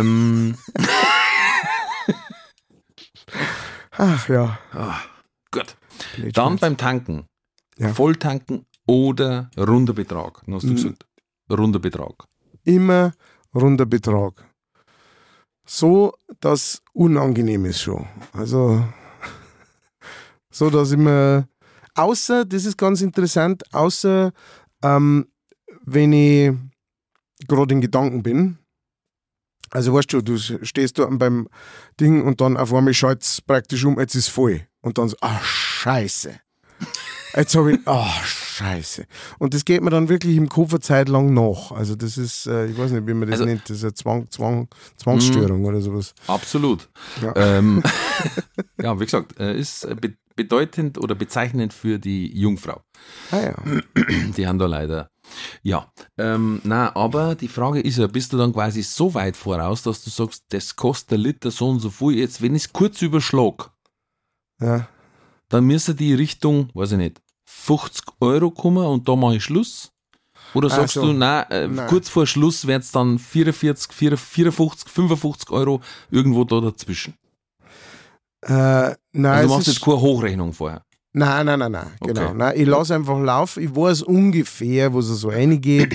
Ach ja. Gut. Blöd Dann Schmerz. beim Tanken. Ja. Volltanken oder runder Betrag. Dann hast du gesagt, runder Betrag. Immer runder Betrag. So, dass unangenehm ist schon. Also, so, dass ich mir, außer, das ist ganz interessant, außer, wenn ich gerade in Gedanken bin, also weißt du stehst dort beim Ding und dann auf einmal schaltet es praktisch um, jetzt ist voll. Und dann so, scheiße. Jetzt habe ich, scheiße. Und das geht mir dann wirklich im Kopf eine Zeit lang nach. Also das ist, ich weiß nicht, wie man das Also- nennt, das ist eine Zwangsstörung oder sowas. Absolut. Ja. Ja, wie gesagt, ist bedeutend oder bezeichnend für die Jungfrau. Ah ja. Die haben da leider. Ja, aber die Frage ist ja, bist du dann quasi so weit voraus, dass du sagst, das kostet ein Liter so und so viel, jetzt wenn ich es kurz überschlag, Ja. dann müsste die Richtung, weiß ich nicht, 50 Euro kommen und da mache ich Schluss? Oder Ach sagst so. du, nein, Nein. kurz vor Schluss wird es dann 44, 54, 55 Euro irgendwo da dazwischen? Nein, Also du es machst ist, jetzt keine Hochrechnung vorher. nein, genau. Okay. Nein, ich lasse einfach laufen. Ich weiß ungefähr, wo es so reingeht.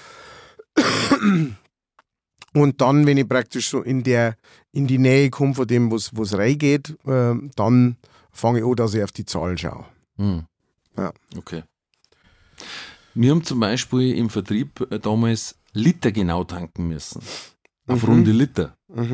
Und dann, wenn ich praktisch so in die Nähe komme von dem, wo es reingeht, dann fange ich an, dass ich auf die Zahlen schaue. Ja. Okay. Wir haben zum Beispiel im Vertrieb damals Liter genau tanken müssen. Auf runde Liter.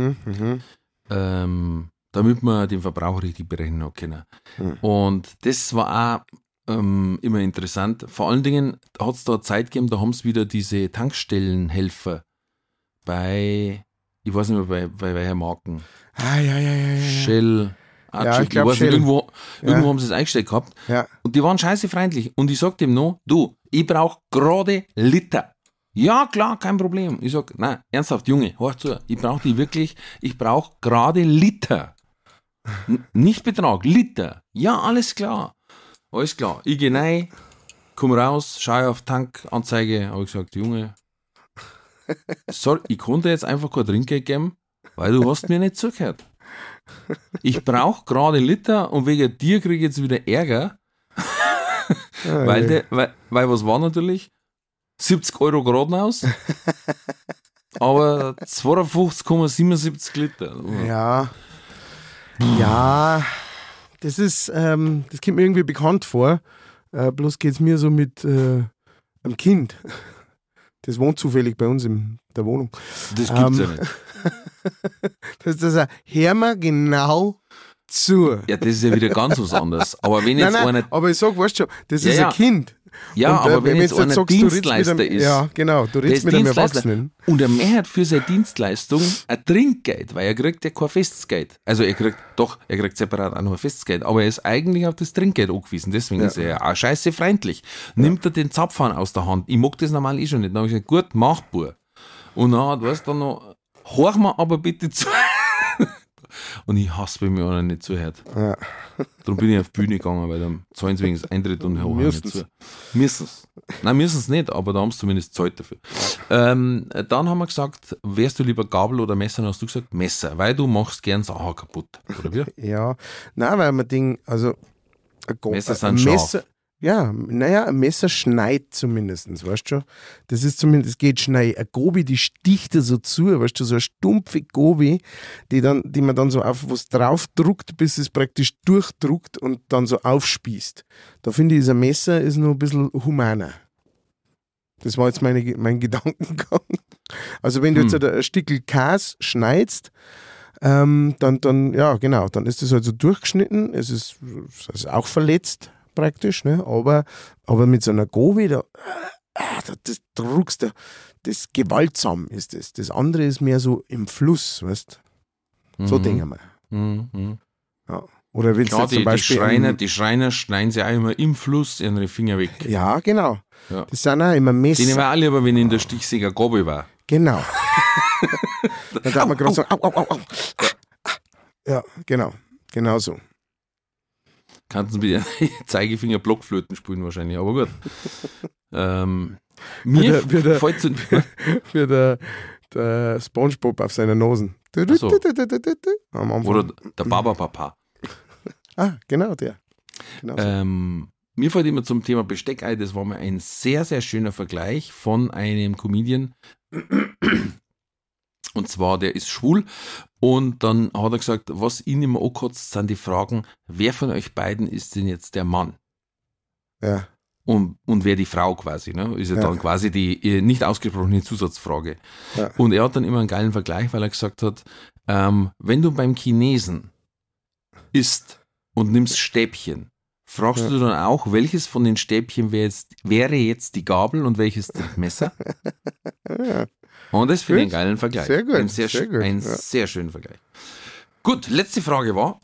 Damit wir den Verbrauch richtig berechnen können. Und das war auch immer interessant. Vor allen Dingen hat es da eine Zeit gegeben, da haben es wieder diese Tankstellenhelfer bei, ich weiß nicht mehr, bei welcher Marken. Ja. Shell, Ja, ich glaub weiß nicht, Shell. irgendwo Ja. haben sie es eingestellt gehabt. Ja. Und die waren scheiße freundlich. Und ich sag dem noch, du, ich brauch gerade Liter. Ja, klar, kein Problem. Ich sag, nein, ernsthaft, Junge, hör zu, ich brauch gerade Liter. Nicht Betrag, Liter. Ja, alles klar. Alles klar. Ich gehe rein, komm raus, schaue auf Tankanzeige, habe ich gesagt, Junge, sorry, ich konnte jetzt einfach kein Trinkgeld geben, weil du hast mir nicht zugehört. Ich brauche gerade Liter und wegen dir kriege ich jetzt wieder Ärger, weil was war natürlich? 70 Euro Geradeaus, aber 52,77 Liter. Ja, das ist, das kommt mir irgendwie bekannt vor. Bloß geht es mir so mit einem Kind. Das wohnt zufällig bei uns in der Wohnung. Das gibt's ja nicht. Das ist ein, hör mal genau zu. Ja, das ist ja wieder ganz was anderes. Aber wenn jetzt einer, aber ich sag, weißt du, das Ja, ist ja. ein Kind. ja, Und, aber wenn jetzt du einer sagst, du redest mit Dienstleister einem, ist, ja, genau, du der redest ist mit einem Dienstleister Erwachsenen. und er mehr für seine Dienstleistung ein Trinkgeld, weil er kriegt ja kein Festgeld. Also er kriegt separat auch noch ein Festgeld, aber er ist eigentlich auf das Trinkgeld angewiesen, deswegen ist er ja auch scheiße freundlich. Nimmt er den Zapfhahn aus der Hand, ich mag das normal schon nicht, dann habe ich gesagt, gut, mach Bur. Und dann hat er dann noch, horch mir aber bitte zu. Und ich hasse, wenn mir einer nicht zuhört. Ja. Darum bin ich auf die Bühne gegangen, weil dann zahlen sie wegen das Eintritt und hören nicht Müssten's. zu. Müssen's. Nein, müssen es nicht, aber da haben sie zumindest Zeit dafür. Dann haben wir gesagt, wärst du lieber Gabel oder Messer? Dann hast du gesagt Messer, weil du machst gern Sachen kaputt. Oder wie? Ja, nein, weil man Ding, also Messer sind ein scharf. Messer, ja, naja, ein Messer schneit zumindest, weißt du? Das ist zumindest, es geht schnell. Ein Gobi, die sticht da so zu, weißt du, so eine stumpfe Gobi, die man dann so auf was drauf druckt, bis es praktisch durchdruckt und dann so aufspießt. Da finde ich, ein Messer ist noch ein bisschen humaner. Das war jetzt mein Gedankengang. Also wenn du jetzt ein Stückel Käse schneidest, dann, ja genau, dann ist das halt so durchgeschnitten, es ist auch verletzt praktisch, ne? aber mit so einer Gobi, das druckst du, das gewaltsam ist das. Das andere ist mehr so im Fluss, weißt du? So denken wir. Mhm. Ja. Oder willst Klar, du zum Beispiel... die Schreiner schneiden sie auch immer im Fluss ihre Finger weg. Ja, genau. Ja. Das sind auch immer Messer. Denen war auch lieber, wenn in der Stichsäger Gabel war. Genau. Dann darf man gerade sagen, au, au, au, au. Ja, genau. Genau so. Kannten sie mit ihren Zeigefinger Blockflöten spielen wahrscheinlich, aber gut. Mir fällt so... Für der Spongebob auf seiner Nase. Ach so. Am Anfang. Oder der Baba-Papa. Ah, genau der. Genau so. Mir fällt immer zum Thema Besteck ein, das war mal ein sehr, sehr schöner Vergleich von einem Comedian. Und zwar, der ist schwul. Und dann hat er gesagt, was ihn immer ankotzt, sind die Fragen, wer von euch beiden ist denn jetzt der Mann? Ja. Und wer die Frau quasi, ne? Ist ja dann quasi die nicht ausgesprochene Zusatzfrage. Ja. Und er hat dann immer einen geilen Vergleich, weil er gesagt hat, wenn du beim Chinesen isst und nimmst Stäbchen, fragst du dann auch, welches von den Stäbchen wäre jetzt die Gabel und welches das Messer? Ja. Und das finde ich einen geilen Vergleich. Sehr gut. Ein sehr schöner Vergleich. Gut, letzte Frage war,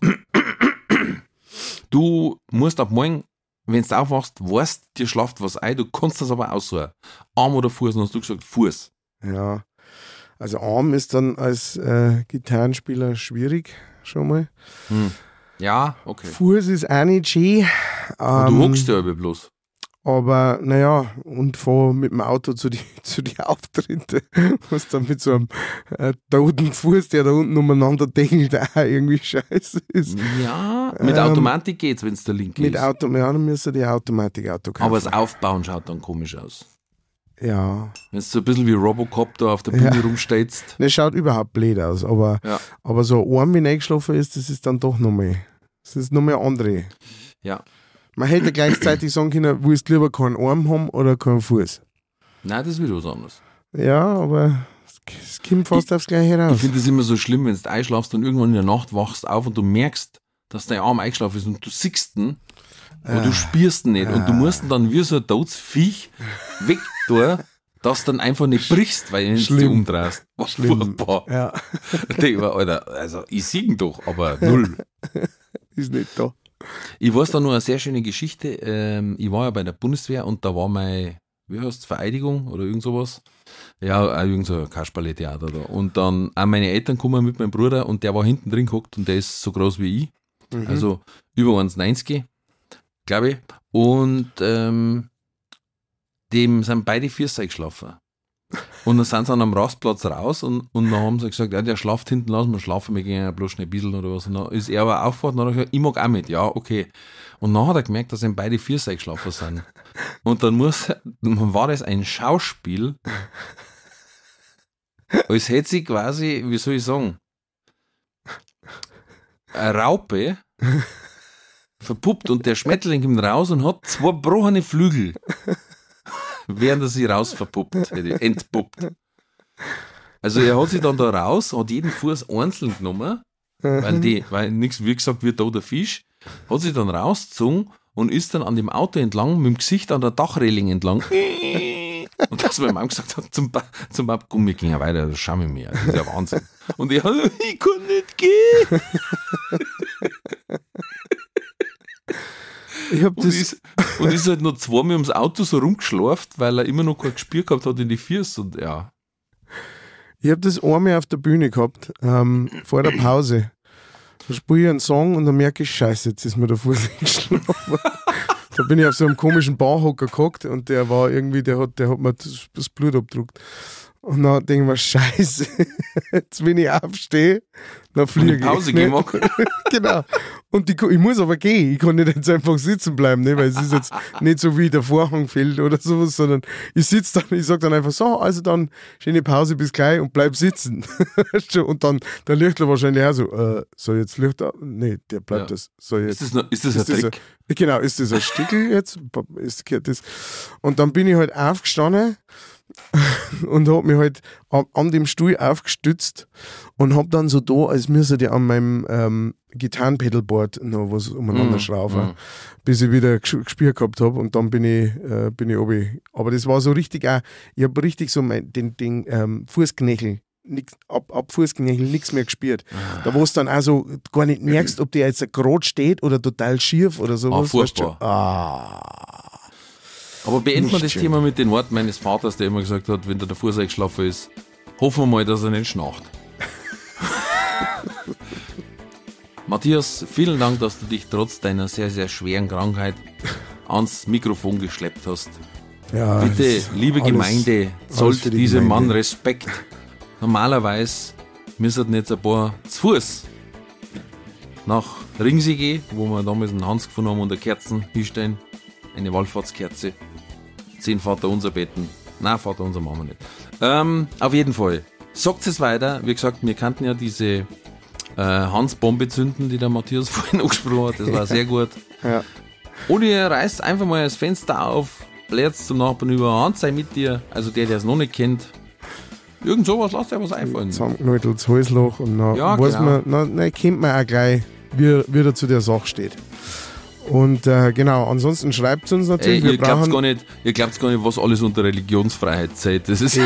du musst ab morgen, wenn du aufwachst, weißt, dir schlaft was ein, du kannst das aber aussuchen. Arm oder Fuß, dann hast du gesagt Fuß. Ja. Also Arm ist dann als Gitarrenspieler schwierig, schon mal. Ja, okay. Fuß ist auch nicht schön. Und du hockst ja aber bloß. Aber naja, und fahr mit dem Auto zu die Auftritte, was dann mit so einem toten Fuß, der da unten umeinander dengelt, auch irgendwie scheiße ist. Ja, mit Automatik geht's, wenn es der linke Mit ist. Dann müsste die Automatik-Auto kaufen. Aber das Aufbauen schaut dann komisch aus. Ja. Wenn du so ein bisschen wie Robocop da auf der Bühne rumstehtst. Das schaut überhaupt blöd aus, aber so ein Arm, wie eingeschlafen ist, das ist dann doch nochmal andere. Ja. Man hätte gleichzeitig sagen können, willst du lieber keinen Arm haben oder keinen Fuß? Nein, das ist wieder was anderes. Ja, aber es kommt fast aufs Gleiche raus. Ich finde das immer so schlimm, wenn du einschlafst und irgendwann in der Nacht wachst auf und du merkst, dass dein Arm eingeschlafen ist und du siehst ihn, aber du spürst ihn nicht. Und du musst ihn dann wie so ein totes Viech weg tun, dass du dann einfach nicht brichst, weil du dich umdrehst. Was furchtbar. Ja. Ich denke mir, Alter, also ich sehe ihn doch, aber null. Ist nicht da. Ich weiß da noch eine sehr schöne Geschichte. Ich war ja bei der Bundeswehr und da war meine, wie heißt es, Vereidigung oder irgend sowas. Ja, auch irgend so ein Kasperle-Theater da. Und dann auch meine Eltern kommen mit meinem Bruder und der war hinten drin gehockt und der ist so groß wie ich. Also über 1,90, glaube ich. Und dem sind beide Füße eingeschlafen. Und dann sind sie an einem Rastplatz raus und dann haben sie gesagt, ja, der schlaft hinten, lassen wir schlafen, wir gehen ja bloß schnell ein bisschen oder was. Und dann ist er aber aufgewacht und dann hat er gesagt, ich mag auch mit, ja, okay. Und dann hat er gemerkt, dass ihm beide Füße eingeschlafen sind. Und dann war das ein Schauspiel, als hätte sie quasi, wie soll ich sagen, eine Raupe verpuppt und der Schmetterling kommt raus und hat 2 gebrochene Flügel. Während er sie raus entpuppt. Also er hat sich dann da raus, hat jeden Fuß einzeln genommen, weil nichts, wie gesagt, wird da der Fisch, hat sich dann rausgezogen und ist dann an dem Auto entlang, mit dem Gesicht an der Dachreling entlang. Und dass meine Mama gesagt hat, zum Papa, komm, wir gehen ja weiter, das schauen wir mehr. Das ist ja Wahnsinn. Und er hat, ich kann nicht gehen. Und ist halt noch 2 Mal ums Auto so rumgeschlurft, weil er immer noch kein Gespür gehabt hat in die Füße. Und ja. Ich habe das einmal auf der Bühne gehabt, vor der Pause. Da spiele ich einen Song und dann merke ich, scheiße, jetzt ist mir der Fuß eingeschlafen. Da bin ich auf so einem komischen Barhocker gehockt und der war irgendwie, der hat mir das Blut abgedruckt. Und dann denke ich mir, scheiße, jetzt wenn ich aufstehe, dann fliege ich. Pause gemacht. Genau. Und ich muss aber gehen. Ich kann nicht jetzt einfach sitzen bleiben, ne? Weil es ist jetzt nicht so wie der Vorhang fällt oder sowas, sondern ich sitze dann, ich sage dann einfach so, also dann schöne Pause bis gleich und bleib sitzen. Und dann der Lichtler wahrscheinlich auch so, so jetzt Lichter, nee, der bleibt das. So jetzt. Ist das ein Trick? Genau, ist das ein Stickel jetzt? Und dann bin ich halt aufgestanden und habe mich halt an dem Stuhl aufgestützt und habe dann so da, als müsste ich an meinem Gitarrenpedalboard noch was umeinander schrauben, bis ich wieder gespürt gehabt habe und dann bin ich runter. Aber das war so richtig auch, ich habe richtig so den Fußknöchel ab Fußknöchel nichts mehr gespürt. Da wo es dann auch so gar nicht merkst, ob der jetzt gerade steht oder total schief oder sowas. Furchtbar. Aber beenden wir Nicht das schön. Thema mit den Worten meines Vaters, der immer gesagt hat, wenn der Fuß eingeschlafen ist, hoffen wir mal, dass er nicht schnarcht. Matthias, vielen Dank, dass du dich trotz deiner sehr, sehr schweren Krankheit ans Mikrofon geschleppt hast. Ja, Bitte, das- liebe alles- Gemeinde, alles zollt für die diesem Gemeinde. Mann Respekt. Normalerweise müssten jetzt ein paar zu Fuß nach Ringsee gehen, wo wir damals einen Hans gefunden haben und eine Kerzen hinstellen. Eine Wallfahrtskerze. 10 Vater unser beten. Nein, Vater unser machen wir nicht. Auf jeden Fall. Sagt es weiter. Wie gesagt, wir kannten ja diese Hans-Bombe zünden, die der Matthias vorhin angesprochen hat. Das war sehr gut. Ja. Oder ihr reißt einfach mal das Fenster auf, blärt zum Nachbarn über, Hand sei mit dir. Also der es noch nicht kennt. Irgend sowas, lasst euch was einfallen. Zusammengenäuteltes Halsloch und dann Ja, weiß genau. man, kennt man auch gleich, wie er zu der Sache steht. Und genau, ansonsten schreibt uns Ey, natürlich, ihr glaubt gar nicht, was alles unter Religionsfreiheit zählt. Das ist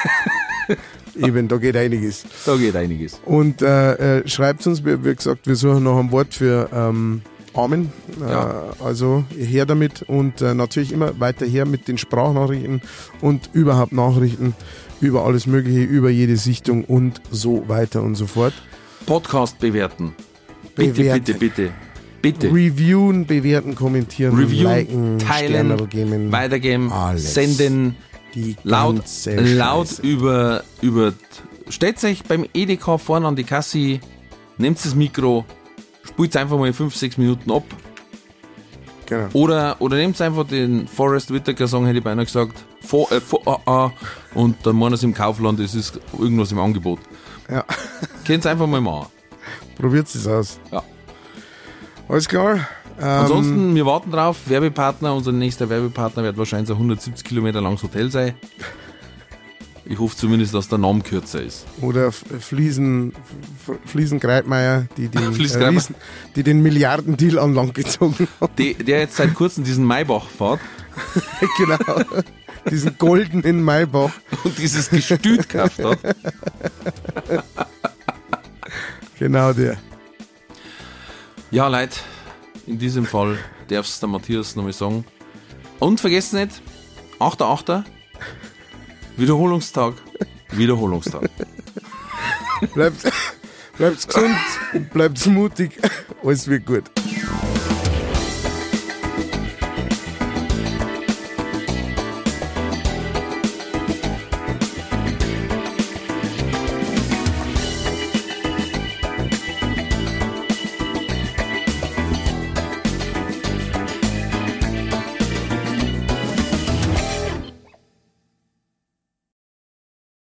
eben, da geht einiges. da geht einiges. Und schreibt uns, wie gesagt, wir suchen noch ein Wort für Amen. Ja. Also her damit und natürlich immer weiter her mit den Sprachnachrichten und überhaupt Nachrichten über alles Mögliche, über jede Sichtung und so weiter und so fort. Podcast bewerten. Bitte, Bewerten. bitte, bitte. Bitte. Reviewen, bewerten, kommentieren, Reviewen, liken, teilen, Sterne geben, weitergeben, alles. senden, die laut ganze Scheiße. über stellt euch beim Edeka vorne an die Kasse, nehmt das Mikro, spielt einfach mal 5-6 Minuten ab. Genau. Oder nehmt einfach den Forrest Whitaker Song, hätte ich beinahe gesagt, und dann meinen sie im Kaufland, es ist irgendwas im Angebot. Ja. Könnt's einfach mal machen. Probiert es aus. Ja. Alles klar. Ansonsten, wir warten drauf, Werbepartner, unser nächster Werbepartner wird wahrscheinlich ein 170 Kilometer langes Hotel sein. Ich hoffe zumindest, dass der Name kürzer ist. Oder Fliesen Greitmeier, die den, Fliesen Greitmeier. die den Milliardendeal an Land gezogen haben. Der jetzt seit kurzem diesen Maybach fährt Genau. Diesen goldenen Maybach. und dieses Gestüt gekauft hat. Genau der. Ja, Leute, in diesem Fall darf es der Matthias nochmal sagen. Und vergesst nicht, 8.8. Wiederholungstag. Bleibt gesund, bleibt mutig, alles wird gut.